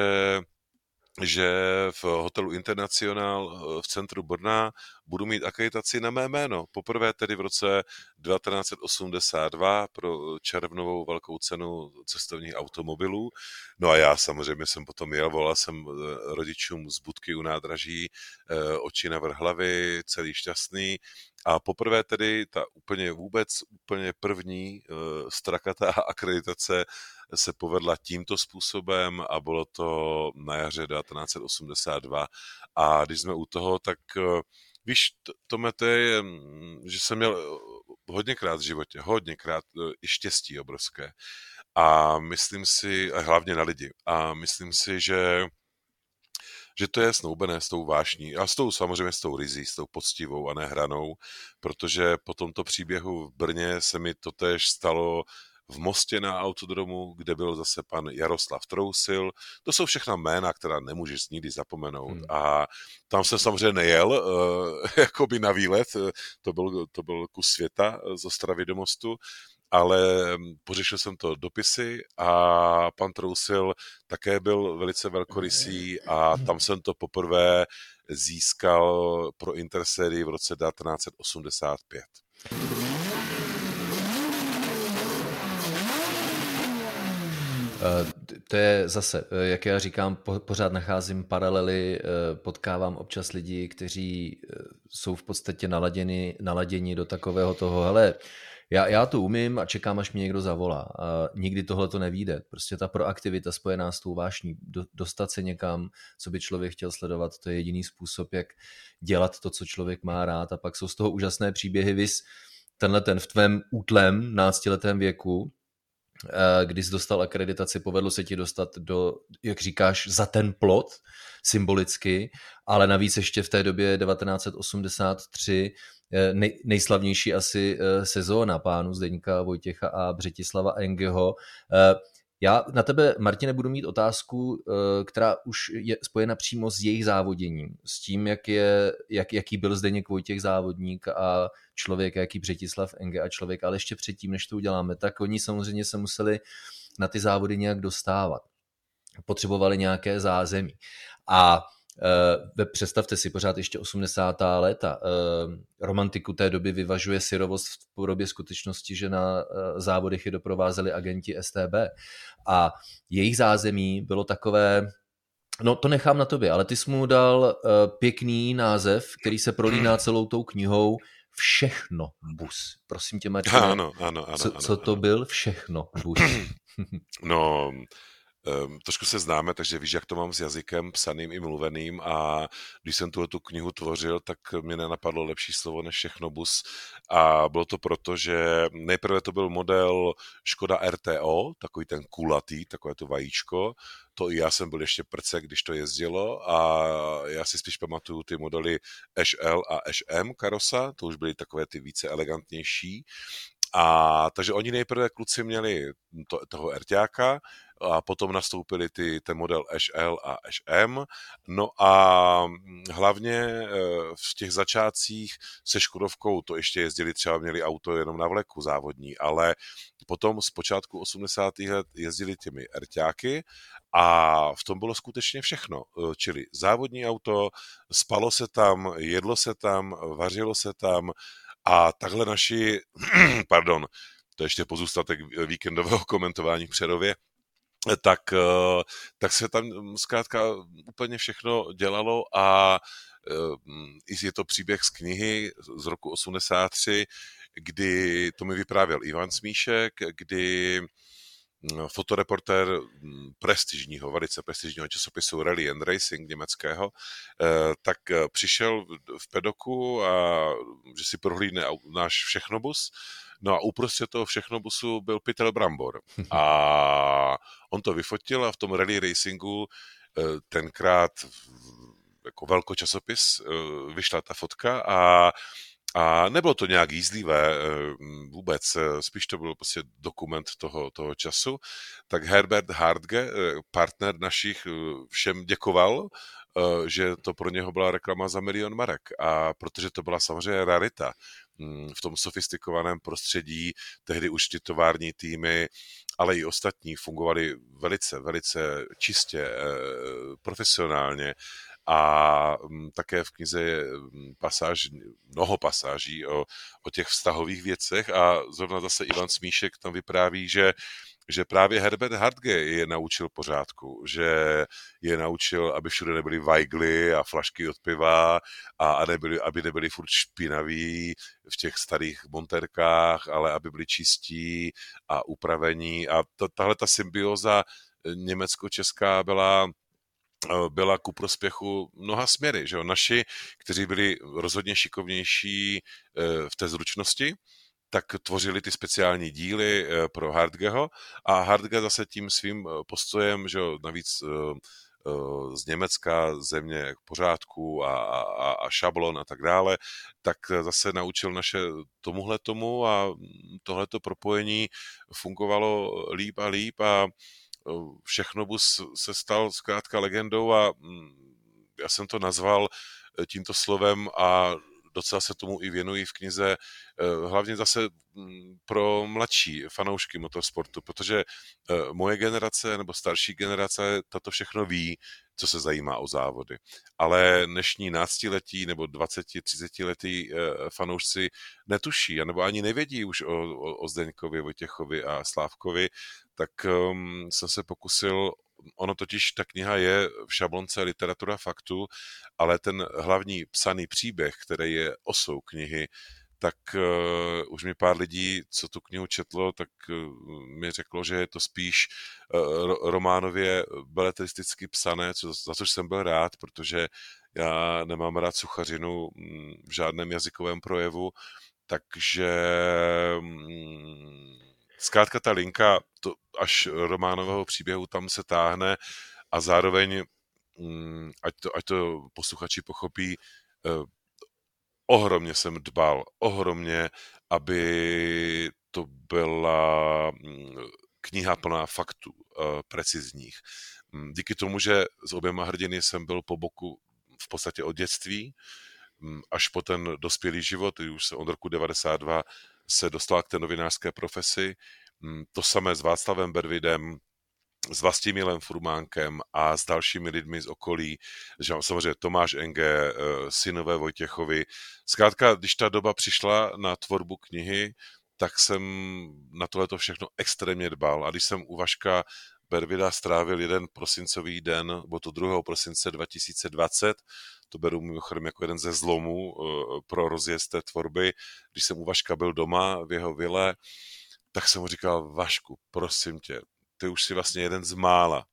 Speaker 2: že v hotelu International v centru Brna budu mít akreditaci na mé jméno. Poprvé tedy v roce devatenáct set osmdesát dva pro červnovou velkou cenu cestovních automobilů. No a já samozřejmě jsem potom jel, volal jsem rodičům z budky u nádraží, oči navrch hlavy, celý šťastný. A poprvé tedy ta úplně vůbec úplně první uh, strakatá akreditace se povedla tímto způsobem a bylo to na jaře devatenáct set osmdesát dva. A když jsme u toho, tak uh, víš, Tomete, že jsem měl hodněkrát v životě, hodněkrát uh, i štěstí obrovské. A myslím si, a hlavně na lidi, a myslím si, že že to je snoubené s tou vášní a s tou samozřejmě s tou rizí, s tou poctivou a nehranou, protože po tomto příběhu v Brně se mi totéž stalo v Mostě na autodromu, kde byl zase pan Jaroslav Trousil. To jsou všechna jména, která nemůžeš nikdy zapomenout. Hmm. A tam jsem samozřejmě nejel, uh, jakoby na výlet, to byl, to byl kus světa z Ostravy do Mostu, ale pořešil jsem to dopisy a pan Trousil také byl velice velkorysý a tam jsem to poprvé získal pro Intersérii v roce devatenáct set osmdesát pět.
Speaker 1: To je zase, jak já říkám, pořád nacházím paralely, potkávám občas lidi, kteří jsou v podstatě naladěni, naladěni do takového toho, hele, já, já to umím a čekám, až mě někdo zavolá. A nikdy tohle to nevyjde. Prostě ta proaktivita spojená s tou vášní, do, dostat se někam, co by člověk chtěl sledovat, to je jediný způsob, jak dělat to, co člověk má rád. A pak jsou z toho úžasné příběhy, vis tenhle ten v tvém útlém náctiletém věku, kdy jsi dostal akreditaci, povedlo se ti dostat do, jak říkáš, za ten plot symbolicky, ale navíc ještě v té době devatenáct set osmdesát tři nej, nejslavnější asi sezóna pánů Zdeňka Vojtěcha a Břetislava Engeho. Já na tebe, Martine, budu mít otázku, která už je spojena přímo s jejich závoděním, s tím, jak je, jak, jaký byl Zdeněk Vojtěch závodník a člověk, jaký Břetislav Enge a člověk, ale ještě předtím, než to uděláme, tak oni samozřejmě se museli na ty závody nějak dostávat. Potřebovali nějaké zázemí. A e, představte si pořád ještě osmdesátá léta. E, romantiku té doby vyvažuje syrovost v podobě skutečnosti, že na e, závodech je doprovázeli agenti S T B. A jejich zázemí bylo takové, no to nechám na tobě, ale ty jsi mu dal e, pěkný název, který se prolíná celou tou knihou, Všechno bus. Prosím tě, Martine,
Speaker 2: ano, ano, ano,
Speaker 1: co,
Speaker 2: ano,
Speaker 1: co to
Speaker 2: ano.
Speaker 1: byl Všechno bus?
Speaker 2: No, Um, trošku se známe, takže víš, jak to mám s jazykem psaným i mluveným a když jsem tuhle tu knihu tvořil, tak mě nenapadlo lepší slovo než Všechnobus a bylo to proto, že nejprve to byl model Škoda R T O, takový ten kulatý, takové to vajíčko, to i já jsem byl ještě prcek, když to jezdilo a já si spíš pamatuju ty modely Š L a Š M karosa, to už byly takové ty více elegantnější. A takže oni nejprve kluci měli to, toho erťáka a potom nastoupili ty, ten model Š L a Š M. No a hlavně v těch začátcích se Škodovkou to ještě jezdili, třeba měli auto jenom na vleku závodní, ale potom z počátku osmdesátých let jezdili těmi erťáky a v tom bylo skutečně všechno. Čili závodní auto, spalo se tam, jedlo se tam, vařilo se tam, a takhle naši, pardon, to ještě pozůstatek víkendového komentování v Přerově, tak, tak se tam zkrátka úplně všechno dělalo a je to příběh z knihy z roku osmdesát tři, kdy to mi vyprávěl Ivan Smíšek, kdy fotoreportér prestižního, velice prestižního časopisu Rally and Racing německého, tak přišel v pedoku a že si prohlídne náš Všechnobus. No a uprostřed toho Všechnobusu byl pytel brambor. A on to vyfotil a v tom Rally Racingu tenkrát jako velkočasopis vyšla ta fotka a A nebylo to nějak jízlivé vůbec, spíš to byl prostě dokument toho, toho času. Tak Herbert Hartge, partner našich, všem děkoval, že to pro něho byla reklama za milion marek. A protože to byla samozřejmě rarita v tom sofistikovaném prostředí, tehdy už ty tovární týmy, ale i ostatní fungovali velice, velice čistě, profesionálně. A také v knize je pasáž, mnoho pasáží o, o těch vztahových věcech a zrovna zase Ivan Smíšek tam vypráví, že, že právě Herbert Hartge je naučil pořádku, že je naučil, aby všude nebyly vajgly a flašky od piva a, a nebyly, aby nebyli furt špinaví v těch starých monterkách, ale aby byli čistí a upravení a to, tahle ta symbioza německo-česká byla byla ku prospěchu mnoha směry. Že jo? Naši, kteří byli rozhodně šikovnější v té zručnosti, tak tvořili ty speciální díly pro Hartgeho a Hartge zase tím svým postojem, že jo, navíc z Německa, země pořádku a, a, a šablon a tak dále, tak zase naučil naše tomuhle tomu a tohleto propojení fungovalo líp a líp a Všechnobus se stal zkrátka legendou a já jsem to nazval tímto slovem a docela se tomu i věnují v knize, hlavně zase pro mladší fanoušky motorsportu, protože moje generace nebo starší generace tato všechno ví, co se zajímá o závody. Ale dnešní náctiletí nebo dvaceti, třicetiletí fanoušci netuší, nebo ani nevědí už o, o, o Zdeňkovi, Vojtěchovi a Slávkovi, tak um, jsem se pokusil, ono totiž ta kniha je v šablonce literatura faktu, ale ten hlavní psaný příběh, který je osou knihy, tak uh, už mi pár lidí, co tu knihu četlo, tak uh, mi řeklo, že je to spíš uh, románově beletristicky psané, co, za což jsem byl rád, protože já nemám rád suchařinu v žádném jazykovém projevu, takže um, zkrátka ta linka to až románového příběhu tam se táhne a zároveň, um, ať, to, ať to posluchači pochopí, uh, ohromně jsem dbal, ohromně, aby to byla kniha plná faktů, precizních. Díky tomu, že s oběma hrdiny jsem byl po boku v podstatě od dětství, až po ten dospělý život, už se od roku devadesát dva se dostal k té novinářské profesi, to samé s Václavem Bervidem, s Vlastimilem Furmánkem a s dalšími lidmi z okolí, že samozřejmě Tomáš Enge, synové Vojtěchovi. Zkrátka, když ta doba přišla na tvorbu knihy, tak jsem na tohleto všechno extrémně dbal. A když jsem u Vaška Bervida strávil jeden prosincový den, bylo to druhého prosince dva tisíce dvacet, to beru mimochodem jako jeden ze zlomů pro rozjezd té tvorby, když jsem u Vaška byl doma v jeho vile, tak jsem mu říkal, Vašku, prosím tě, ty už si vlastně jeden z mála,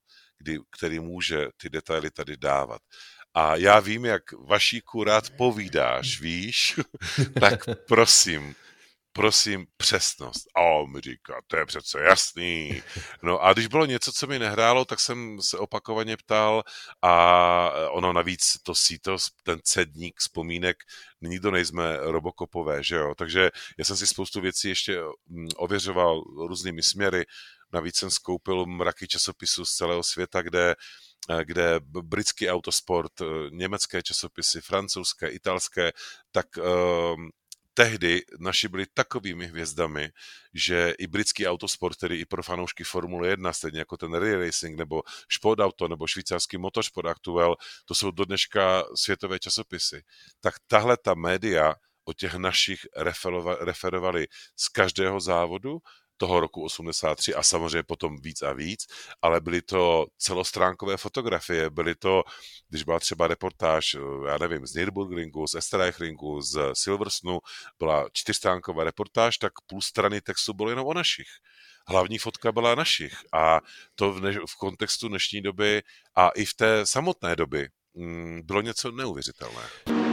Speaker 2: kdy, který může ty detaily tady dávat. A já vím, jak Vašíku rád povídáš, víš, tak prosím, prosím, přesnost. A on mi říká, to je přece jasný. No a když bylo něco, co mi nehrálo, tak jsem se opakovaně ptal a ono navíc to síto, ten cedník vzpomínek, nikdo nejsme robokopové, že jo. Takže já jsem si spoustu věcí ještě ověřoval různými směry. Navíc jsem skoupil mraky časopisů z celého světa, kde kde britský autosport, německé časopisy, francouzské, italské, tak um, tehdy naši byli takovými hvězdami, že i britský autosport, tedy i pro fanoušky Formule jedna, stejně jako ten Ray Racing, nebo Sportauto, nebo švýcarský Motorsport Aktuell, to jsou do dneška světové časopisy. Tak tahle ta média o těch našich referovali z každého závodu, toho roku osmdesát tři a samozřejmě potom víc a víc, ale byly to celostránkové fotografie, byly to, když byla třeba reportáž, já nevím, z Nürburgringu, z Österreichringu, z Silverstonu, byla čtyřstránková reportáž, tak půl strany textu bylo jenom o našich. Hlavní fotka byla našich a to v, ne- v kontextu dnešní doby a i v té samotné doby mm, bylo něco neuvěřitelné.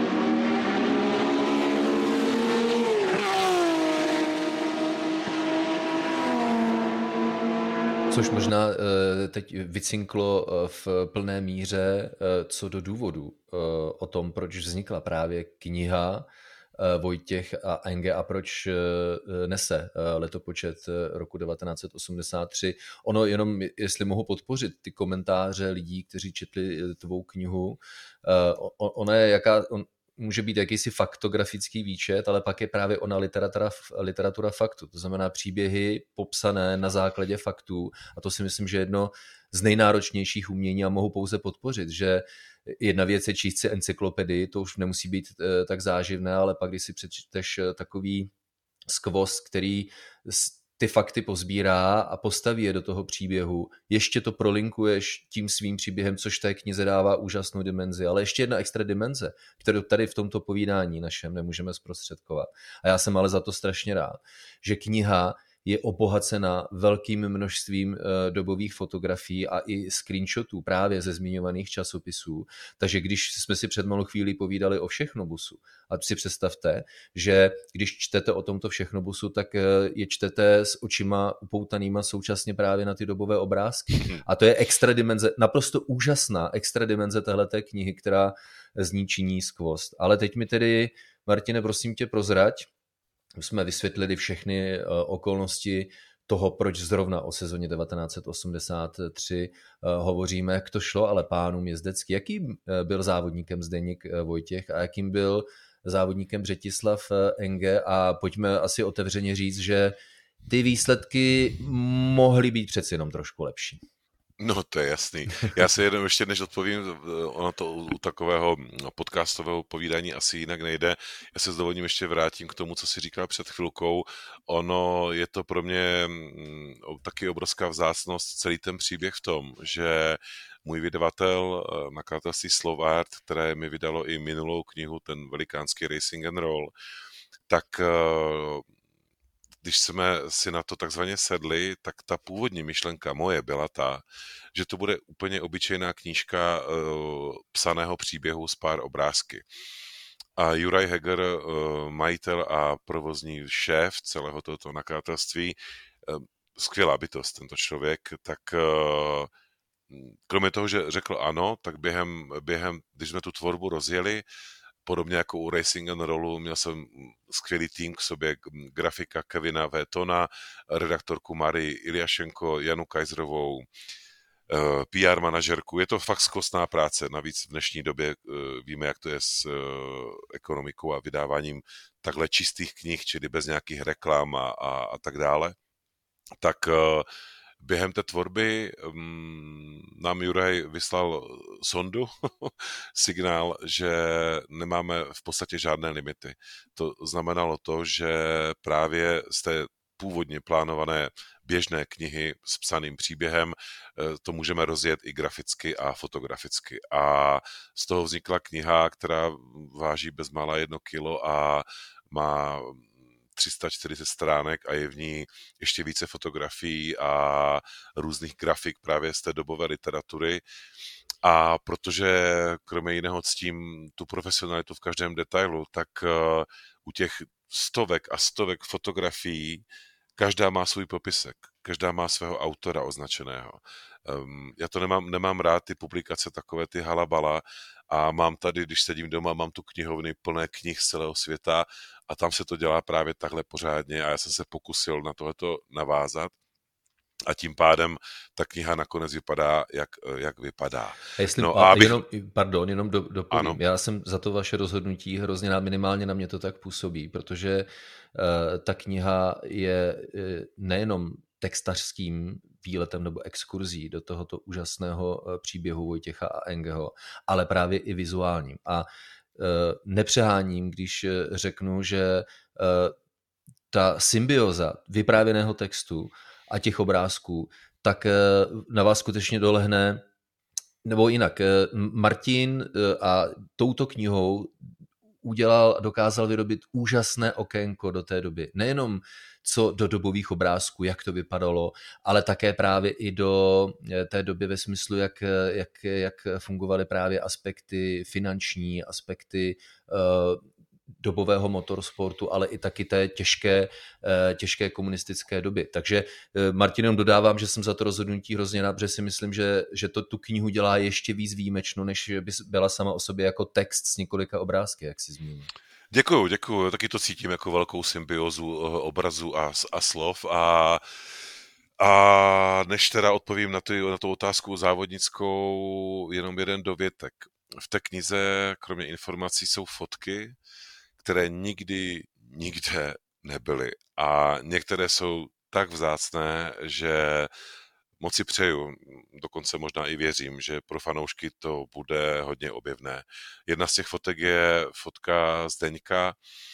Speaker 1: Což možná teď vycinklo v plné míře co do důvodu o tom, proč vznikla právě kniha Vojtěch a Enge a proč nese letopočet roku devatenáct set osmdesát tři. Ono jenom, jestli mohu podpořit ty komentáře lidí, kteří četli tvou knihu, ona je jaká... On, může být jakýsi faktografický výčet, ale pak je právě ona literatura, literatura faktu. To znamená příběhy popsané na základě faktů a to si myslím, že je jedno z nejnáročnějších umění a mohu pouze podpořit, že jedna věc je číst si encyklopedii, to už nemusí být tak záživné, ale pak, když si přečteš takový skvost, který ty fakty pozbírá a postaví je do toho příběhu. Ještě to prolinkuješ tím svým příběhem, což té knize dává úžasnou dimenzi. Ale ještě jedna extra dimenze, kterou tady v tomto povídání našem nemůžeme zprostředkovat. A já jsem ale za to strašně rád, že kniha je obohacena velkým množstvím dobových fotografií a i screenshotů právě ze zmiňovaných časopisů. Takže když jsme si před malou chvílí povídali o Všechnobusu, a si představte, že když čtete o tomto Všechnobusu, tak je čtete s očima upoutanýma současně právě na ty dobové obrázky. A to je extra dimenze, naprosto úžasná extra dimenze téhleté knihy, která z ní činí skvost. Ale teď mi tedy, Martine, prosím tě, prozrať, už jsme vysvětlili všechny okolnosti toho, proč zrovna o sezóně devatenáct set osmdesát tři hovoříme, jak to šlo, ale pánům jezdecky. Jakým byl závodníkem Zdeněk Vojtěch a jakým byl závodníkem Břetislav Enge a pojďme asi otevřeně říct, že ty výsledky mohly být přeci jenom trošku lepší.
Speaker 2: No, to je jasný. Já se jenom ještě, než odpovím, ono to u takového podcastového povídání asi jinak nejde. Já se s dovolením ještě vrátím k tomu, co jsi říkal před chvilkou. Ono je to pro mě taky obrovská vzácnost, celý ten příběh v tom, že můj vydavatel, nakladatelství Slovart, které mi vydalo i minulou knihu, ten velikánský Racing and Roll, tak když jsme si na to takzvaně sedli, tak ta původní myšlenka moje byla ta, že to bude úplně obyčejná knížka uh, psaného příběhu s pár obrázky. A Juraj Heger, uh, majitel a provozní šéf celého tohoto nakladatelství, uh, skvělá bytost tento člověk, tak uh, kromě toho, že řekl ano, tak během, během, když jsme tu tvorbu rozjeli, podobně jako u Racing and Rollu, měl jsem skvělý tým k sobě, grafika Kevina Vétona, redaktorku Marii Iljašenko, Janu Kajzrovou, P R manažerku. Je to fakt skvostná práce, navíc v dnešní době víme, jak to je s ekonomikou a vydáváním takhle čistých knih, čili bez nějakých reklam a, a, a tak dále. Tak během té tvorby um, nám Juraj vyslal sondu, signál, že nemáme v podstatě žádné limity. To znamenalo to, že právě z té původně plánované běžné knihy s psaným příběhem to můžeme rozjet i graficky a fotograficky. A z toho vznikla kniha, která váží bezmála jedno kilo a má tři sta čtyřicet stránek a je v ní ještě více fotografií a různých grafik právě z té dobové literatury. A protože kromě jiného ctím tu profesionalitu v každém detailu, tak u těch stovek a stovek fotografií každá má svůj popisek, každá má svého autora označeného. Um, já to nemám, nemám rád, ty publikace, takové ty halabala, a mám tady, když sedím doma, mám tu knihovny plné knih z celého světa a tam se to dělá právě takhle pořádně a já jsem se pokusil na tohleto navázat. A tím pádem ta kniha nakonec vypadá, jak, jak vypadá.
Speaker 1: A jestli,
Speaker 2: no,
Speaker 1: a
Speaker 2: abych...
Speaker 1: jenom, pardon, jenom do, dopovím.
Speaker 2: Ano.
Speaker 1: Já jsem za to vaše rozhodnutí hrozně rád, minimálně na mě to tak působí, protože uh, ta kniha je uh, nejenom textařským výletem nebo exkurzí do tohoto úžasného uh, příběhu Vojtěcha a Engeho, ale právě i vizuálním. A uh, nepřeháním, když uh, řeknu, že uh, ta symbioza vyprávěného textu a těch obrázků, tak na vás skutečně dolehne, nebo jinak. Martin a touto knihou udělal, dokázal vyrobit úžasné okénko do té doby. Nejenom co do dobových obrázků, jak to vypadalo, ale také právě i do té doby ve smyslu, jak, jak, jak fungovaly právě aspekty finanční, aspekty uh, dobového motorsportu, ale i taky té těžké, těžké komunistické doby. Takže Martin, jenom dodávám, že jsem za to rozhodnutí hrozně rád, protože si myslím, že, že to tu knihu dělá ještě víc výjimečnou, než by byla sama o sobě jako text s několika obrázky, jak si zmínil.
Speaker 2: Děkuju, děkuju. Taky to cítím jako velkou symbiozu obrazu a, a slov. A, a než teda odpovím na, ty, na tu otázku závodnickou, jenom jeden dovětek. V té knize, kromě informací, jsou fotky, které nikdy, nikde nebyly. A některé jsou tak vzácné, že moc si přeju, dokonce možná i věřím, že pro fanoušky to bude hodně objevné. Jedna z těch fotek je fotka Zdeňka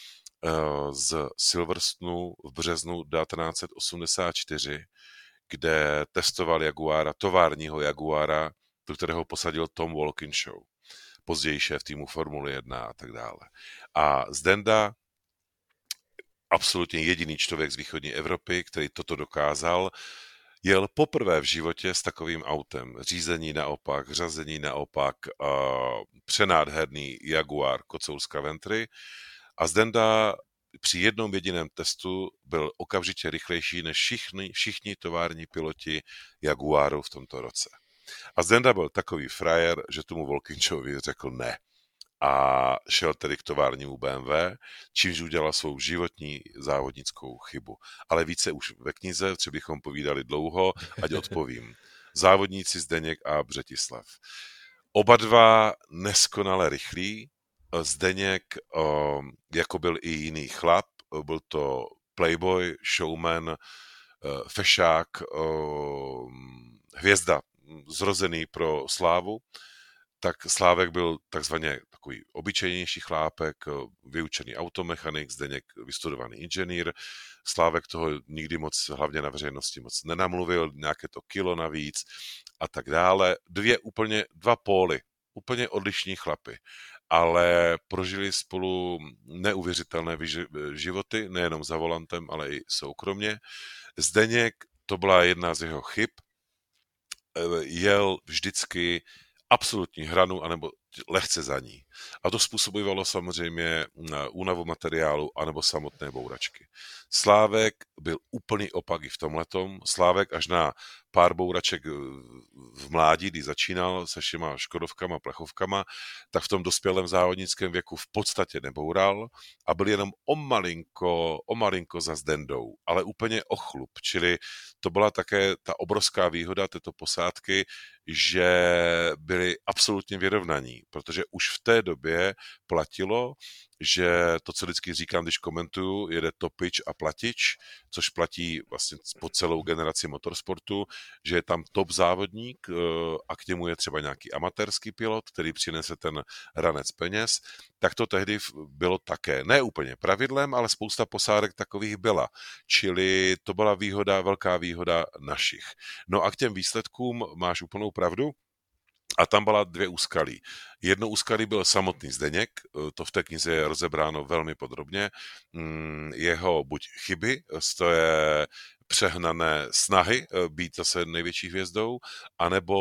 Speaker 2: z Silverstonu v březnu devatenáct set osmdesát čtyři, kde testoval Jaguara, továrního Jaguara, do kterého posadil Tom Walkinshaw, později šéf týmu Formule jedna a tak dále. A Zdenda, absolutně jediný člověk z východní Evropy, který toto dokázal, jel poprvé v životě s takovým autem. Řízení naopak, řazení naopak, uh, přenádherný Jaguar Kocourska Ventry. A Zdenda při jednom jediném testu byl okamžitě rychlejší než všichni, všichni tovární piloti Jaguaru v tomto roce. A Zdenda byl takový frajer, že tomu Walkinshawovi řekl ne. A šel tedy k továrnímu bé em vé, čímž udělal svou životní závodnickou chybu. Ale více už ve knize, třeba bychom povídali dlouho, ať odpovím. Závodníci Zdeněk a Břetislav. Oba dva neskonale rychlí. Zdeněk, jako byl i jiný chlap, byl to playboy, showman, fešák, hvězda, zrozený pro slávu, tak Slávek byl takzvaně takový obyčejnější chlápek, vyučený automechanik, Zdeněk vystudovaný inženýr. Slávek toho nikdy moc, hlavně na veřejnosti, moc nenamluvil, nějaké to kilo navíc a tak dále. Dvě úplně, dva póly, úplně odlišní chlapy, ale prožili spolu neuvěřitelné životy, nejenom za volantem, ale i soukromně. Zdeněk, to byla jedna z jeho chyb, jel vždycky absolutní hranu anebo lehce za ní. A to způsobovalo samozřejmě únavu materiálu anebo samotné bouračky. Slávek byl úplný opak i v tomhletom. Slávek až na pár bouraček v mládí, kdy začínal se všema škodovkama, plechovkama, tak v tom dospělém závodnickém věku v podstatě neboural a byl jenom o malinko, o malinko za Zdendou, ale úplně o chlup. Čili to byla také ta obrovská výhoda této posádky, že byli absolutně vyrovnaní, protože už v té době platilo, že to, co vždycky říkám, když komentuju, jede topič a platič, což platí vlastně po celou generaci motorsportu, že je tam top závodník a k němu je třeba nějaký amatérský pilot, který přinese ten ranec peněz, tak to tehdy bylo také. Ne úplně pravidlem, ale spousta posádek takových byla. Čili to byla výhoda, velká výhoda našich. No a k těm výsledkům máš úplnou pravdu. A tam byla dvě úskalí. Jedno úskalí byl samotný Zdeněk, to v té knize je rozebráno velmi podrobně. Jeho buď chyby, to je přehnané snahy být zase největší hvězdou, anebo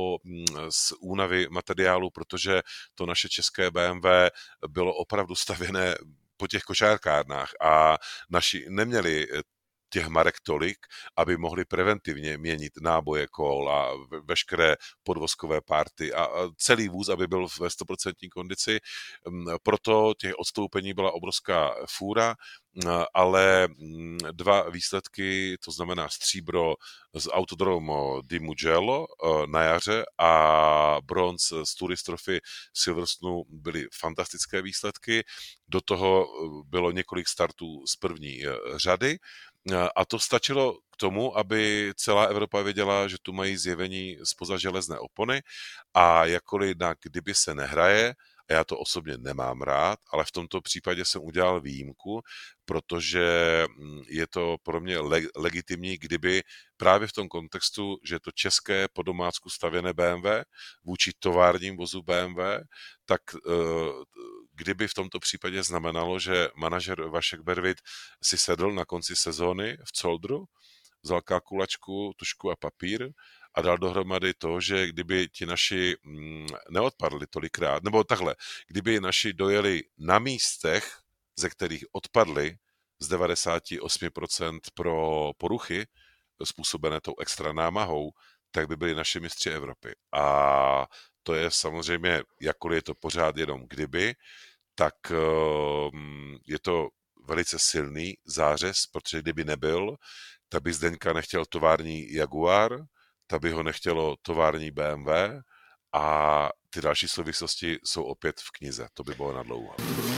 Speaker 2: z únavy materiálu, protože to naše české bé em vé bylo opravdu stavěné po těch košárkárnách a naši neměli těch marek tolik, aby mohli preventivně měnit náboje kol a veškeré podvozkové párty a celý vůz, aby byl ve sto procent kondici. Proto těch odstoupení byla obrovská fůra, ale dva výsledky, to znamená stříbro z Autodromo di Mugello na jaře a bronz z Turistrofy Silverstonu byly fantastické výsledky. Do toho bylo několik startů z první řady. A to stačilo k tomu, aby celá Evropa věděla, že tu mají zjevení spoza železné opony a jakkoliv na kdyby se nehraje, a já to osobně nemám rád, ale v tomto případě jsem udělal výjimku, protože je to pro mě le- legitimní, kdyby právě v tom kontextu, že je to české po domácku stavěné bé em vé vůči továrním vozu bé em vé, tak kdyby v tomto případě znamenalo, že manažer Vašek Bervit si sedl na konci sezóny v Coldru, vzal kalkulačku, tušku a papír a dal dohromady to, že kdyby ti naši neodpadli tolikrát, nebo takhle, kdyby naši dojeli na místech, ze kterých odpadli z devadesát osm procent pro poruchy způsobené tou extra námahou, tak by byli naši mistři Evropy. A to je samozřejmě, jakkoliv je to pořád jenom kdyby, tak je to velice silný zářez, protože kdyby nebyl, tak by Zdeňka nechtěl tovární Jaguar, tak by ho nechtělo tovární bé em vé a ty další souvislosti jsou opět v knize. To by bylo nadlouho.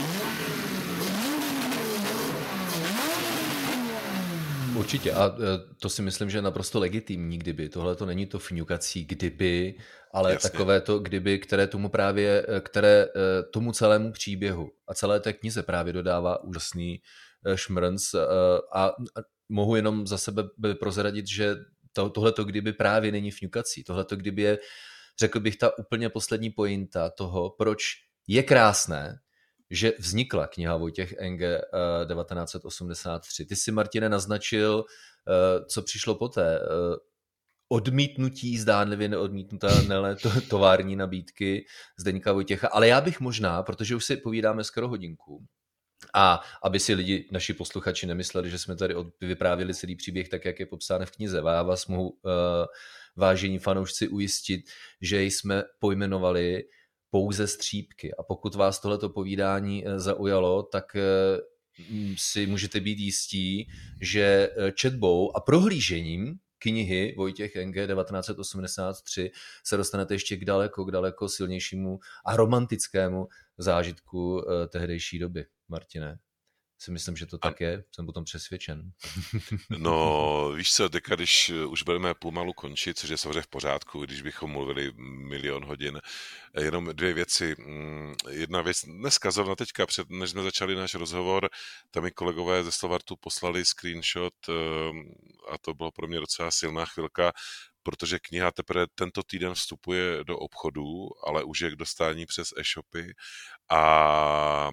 Speaker 1: Určitě a to si myslím, že je naprosto legitimní kdyby. Tohle to není to fňukací kdyby, ale Jasně. takové to kdyby, které tomu právě, které tomu celému příběhu a celé té knize právě dodává úžasný šmrnc a mohu jenom za sebe prozradit, že to, tohleto kdyby právě není fňukací. Tohleto kdyby je, řekl bych, ta úplně poslední pointa toho, proč je krásné, že vznikla kniha Vojtěch Enge devatenáct set osmdesát tři. Ty si, Martine, naznačil, co přišlo poté. Odmítnutí, zdánlivě neodmítnutelné tovární nabídky Zdeňka Vojtěcha. Ale já bych možná, protože už si povídáme skoro hodinku, a aby si lidi, naši posluchači, nemysleli, že jsme tady vyprávěli celý příběh tak, jak je popsán v knize. Já vás mohu, uh, vážení fanoušci, ujistit, že jsme pojmenovali pouze střípky. A pokud vás tohleto povídání zaujalo, tak si můžete být jistí, že četbou a prohlížením knihy Vojtěch Enge devatenáct set osmdesát tři se dostanete ještě k daleko, k daleko silnějšímu a romantickému zážitku tehdejší doby. Martine, si myslím, že to tak je, jsem potom přesvědčen.
Speaker 2: No, víš co, teďka, když už budeme pomalu končit, což je samozřejmě v pořádku, když bychom mluvili milion hodin, jenom dvě věci. Jedna věc, dneska zrovna teďka, před, než jsme začali náš rozhovor, tam mi kolegové ze Slovartu poslali screenshot a to bylo pro mě docela silná chvilka, protože kniha teprve tento týden vstupuje do obchodů, ale už je k dostání přes e-shopy a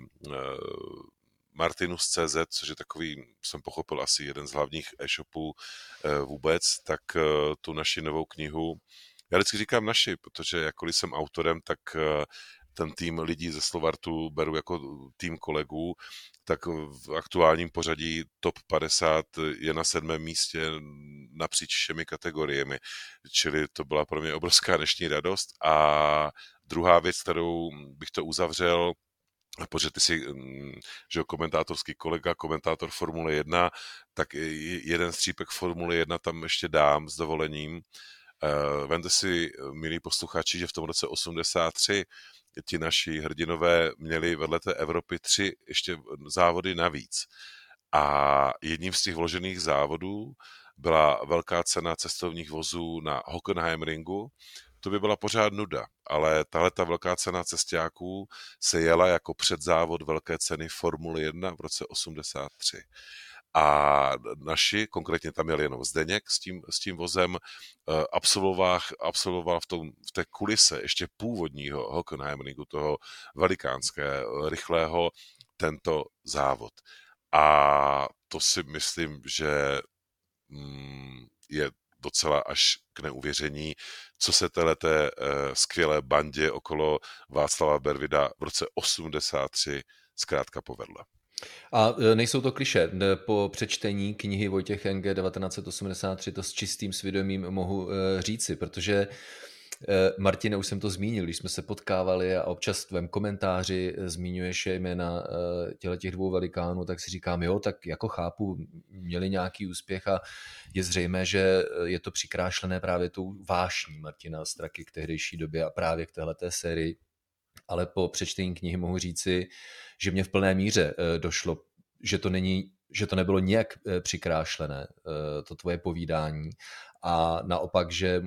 Speaker 2: Martinus tečka cé zet, což je takový, jsem pochopil, asi jeden z hlavních e-shopů vůbec, tak tu naši novou knihu, já vždycky říkám naši, protože jakkoliv jsem autorem, tak ten tým lidí ze Slovartu beru jako tým kolegů, tak v aktuálním pořadí top padesát je na sedmém místě napříč všemi kategoriemi. Čili to byla pro mě obrovská dnešní radost. A druhá věc, kterou bych to uzavřel, protože ty jsi, že komentátorský kolega, komentátor Formule jedna, tak jeden střípek Formule jedna tam ještě dám s dovolením. Vemte si, milí posluchači, že v tom roce osmdesát tři ti naši hrdinové měli vedle té Evropy tři ještě závody navíc. A jedním z těch vložených závodů byla velká cena cestovních vozů na Hockenheimringu. To by byla pořád nuda, ale tahle ta velká cena cestáků se jela jako předzávod velké ceny Formule jedna v roce osmdesát tři. A naši, konkrétně tam jel jenom Zdeněk s tím, s tím vozem, absolvoval, absolvoval v, tom, v té kulise ještě původního Hockenheimringu, toho velikánského, rychlého, tento závod. A to si myslím, že mm, je docela až k neuvěření, co se téhleté skvělé bandě okolo Václava Bervida v roce osmdesát tři zkrátka povedla.
Speaker 1: A nejsou to klišé. Po přečtení knihy Vojtěch Enge devatenáct set osmdesát tři to s čistým svědomím mohu říci, protože Martine, už jsem to zmínil, když jsme se potkávali a občas v tvém komentáři zmiňuješ jména těch dvou velikánů, tak si říkám, jo, tak jako chápu, měli nějaký úspěch a je zřejmé, že je to přikrášlené právě tou vášní Martina Straky k tehdejší době a právě k téhleté sérii. Ale po přečtení knihy mohu říci, že mě v plné míře došlo, že to není, že to nebylo nějak přikrášlené, to tvoje povídání. A naopak, že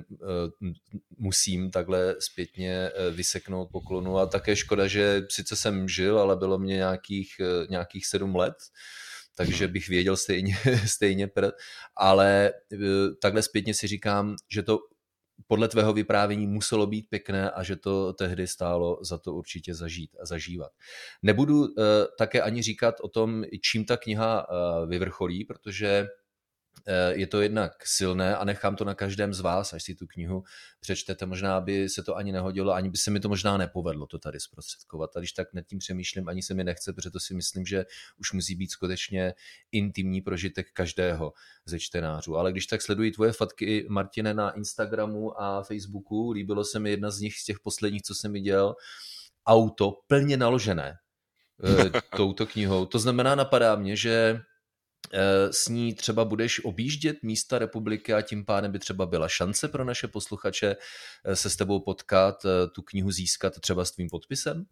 Speaker 1: musím takhle zpětně vyseknout poklonu. A také škoda, že sice jsem žil, ale bylo mě nějakých, nějakých sedm let, takže bych věděl stejně, stejně prd. Ale takhle zpětně si říkám, že to podle tvého vyprávění muselo být pěkné a že to tehdy stálo za to určitě zažít a zažívat. Nebudu uh, také ani říkat o tom, čím ta kniha uh, vyvrcholí, protože je to jednak silné a nechám to na každém z vás, až si tu knihu přečtete. Možná by se to ani nehodilo, ani by se mi to možná nepovedlo to tady zprostředkovat. A když tak nad tím přemýšlím, ani se mi nechce, protože to si myslím, že už musí být skutečně intimní prožitek každého ze čtenářů. Ale když tak sleduji tvoje fotky, Martine, na Instagramu a Facebooku, líbilo se mi jedna z nich z těch posledních, co jsem viděl, auto plně naložené touto knihou. To znamená, napadá mě, že s ní třeba budeš objíždět místa republiky a tím pádem by třeba byla šance pro naše posluchače se s tebou potkat, tu knihu získat třeba s tvým podpisem?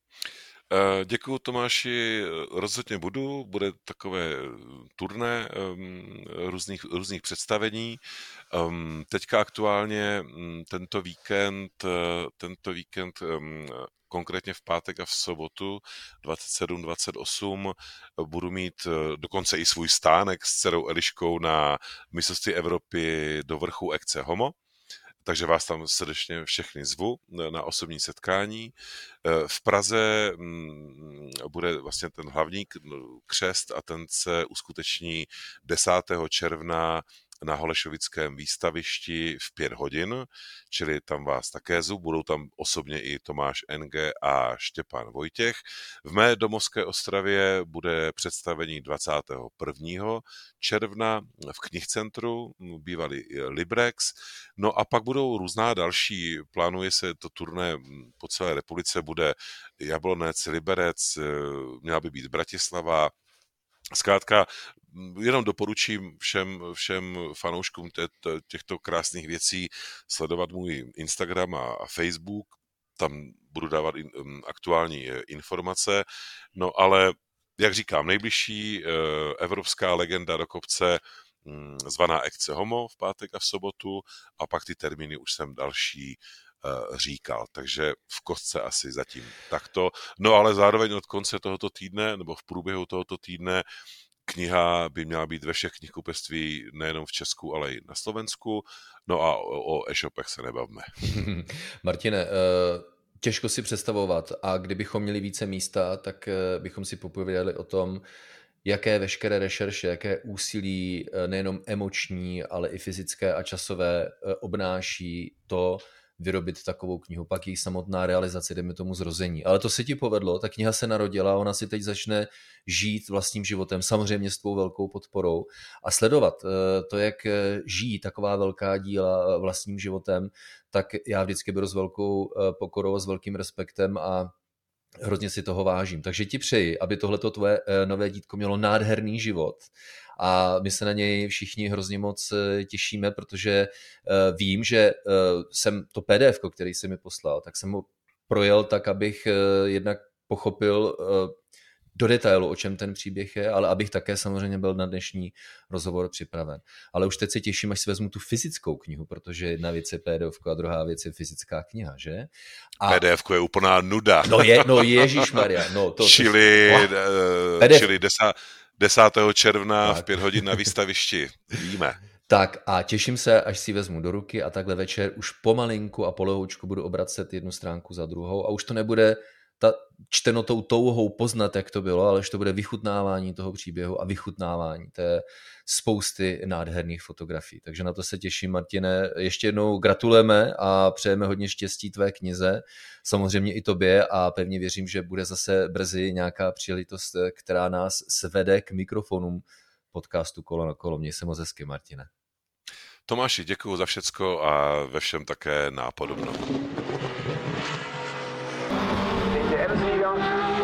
Speaker 2: Děkuju, Tomáši, rozhodně budu, bude takové turné různých, různých představení. Teďka aktuálně tento víkend, tento víkend konkrétně v pátek a v sobotu dvacet sedm dvacet osm budu mít dokonce i svůj stánek s dcerou Eliškou na mistrovství Evropy do vrchu Ecce Homo. Takže vás tam srdečně všechny zvu na osobní setkání. V Praze bude vlastně ten hlavní křest a ten se uskuteční desátého června na Holešovickém výstavišti v pět hodin, čili tam vás také zvu, budou tam osobně i Tomáš Enge a Štěpán Vojtěch. V mé domovské Ostravě bude představení dvacátého prvního června v knihcentru, bývalý Librex, no a pak budou různá další, plánuje se to turné po celé republice, bude Jablonec, Liberec, měla by být Bratislava. Zkrátka, jenom doporučím všem, všem fanouškům těchto krásných věcí sledovat můj Instagram a Facebook, tam budu dávat in, aktuální informace, no ale, jak říkám, nejbližší evropská legenda do kopce zvaná Ecce Homo v pátek a v sobotu a pak ty termíny už jsem další říkal, takže v kostce asi zatím takto. No ale zároveň od konce tohoto týdne, nebo v průběhu tohoto týdne, kniha by měla být ve všech knihkupectví nejenom v Česku, ale i na Slovensku. No a o e-shopech se nebavme.
Speaker 1: Martine, těžko si představovat a kdybychom měli více místa, tak bychom si popovídali o tom, jaké veškeré rešerše, jaké úsilí nejenom emoční, ale i fyzické a časové obnáší to, vyrobit takovou knihu, pak její samotná realizace, jdeme tomu zrození. Ale to se ti povedlo, ta kniha se narodila, ona si teď začne žít vlastním životem, samozřejmě s tvou velkou podporou a sledovat to, jak žijí taková velká díla vlastním životem, tak já vždycky beru s velkou pokorou a s velkým respektem a hrozně si toho vážím. Takže ti přeji, aby tohleto tvoje nové dítko mělo nádherný život a my se na něj všichni hrozně moc těšíme, protože vím, že jsem to pé dé efko, který jsi mi poslal, tak jsem ho projel tak, abych jednak pochopil do detailu, o čem ten příběh je, ale abych také samozřejmě byl na dnešní rozhovor připraven. Ale už teď se těším, až si vezmu tu fyzickou knihu, protože jedna věc je pé dé efko a druhá věc je fyzická kniha, že? A...
Speaker 2: pé dé efko je úplná nuda.
Speaker 1: No, je, no ježišmarja. No, to,
Speaker 2: čili
Speaker 1: to...
Speaker 2: čili desát... desátého června
Speaker 1: tak.
Speaker 2: v pět hodin na výstavišti. Víme.
Speaker 1: Tak a těším se, až si vezmu do ruky a takhle večer už pomalinku a polohoučku budu obracet jednu stránku za druhou a už to nebude ta čteno tou touhou poznat, jak to bylo, ale už to bude vychutnávání toho příběhu a vychutnávání té spousty nádherných fotografií. Takže na to se těším, Martine. Ještě jednou gratulujeme a přejeme hodně štěstí tvé knize, samozřejmě i tobě a pevně věřím, že bude zase brzy nějaká příležitost, která nás svede k mikrofonům podcastu Kolo na kolo. Měj se moc hezky, Martine.
Speaker 2: Tomáši, děkuju za všecko a ve všem také nápodobno.
Speaker 3: M C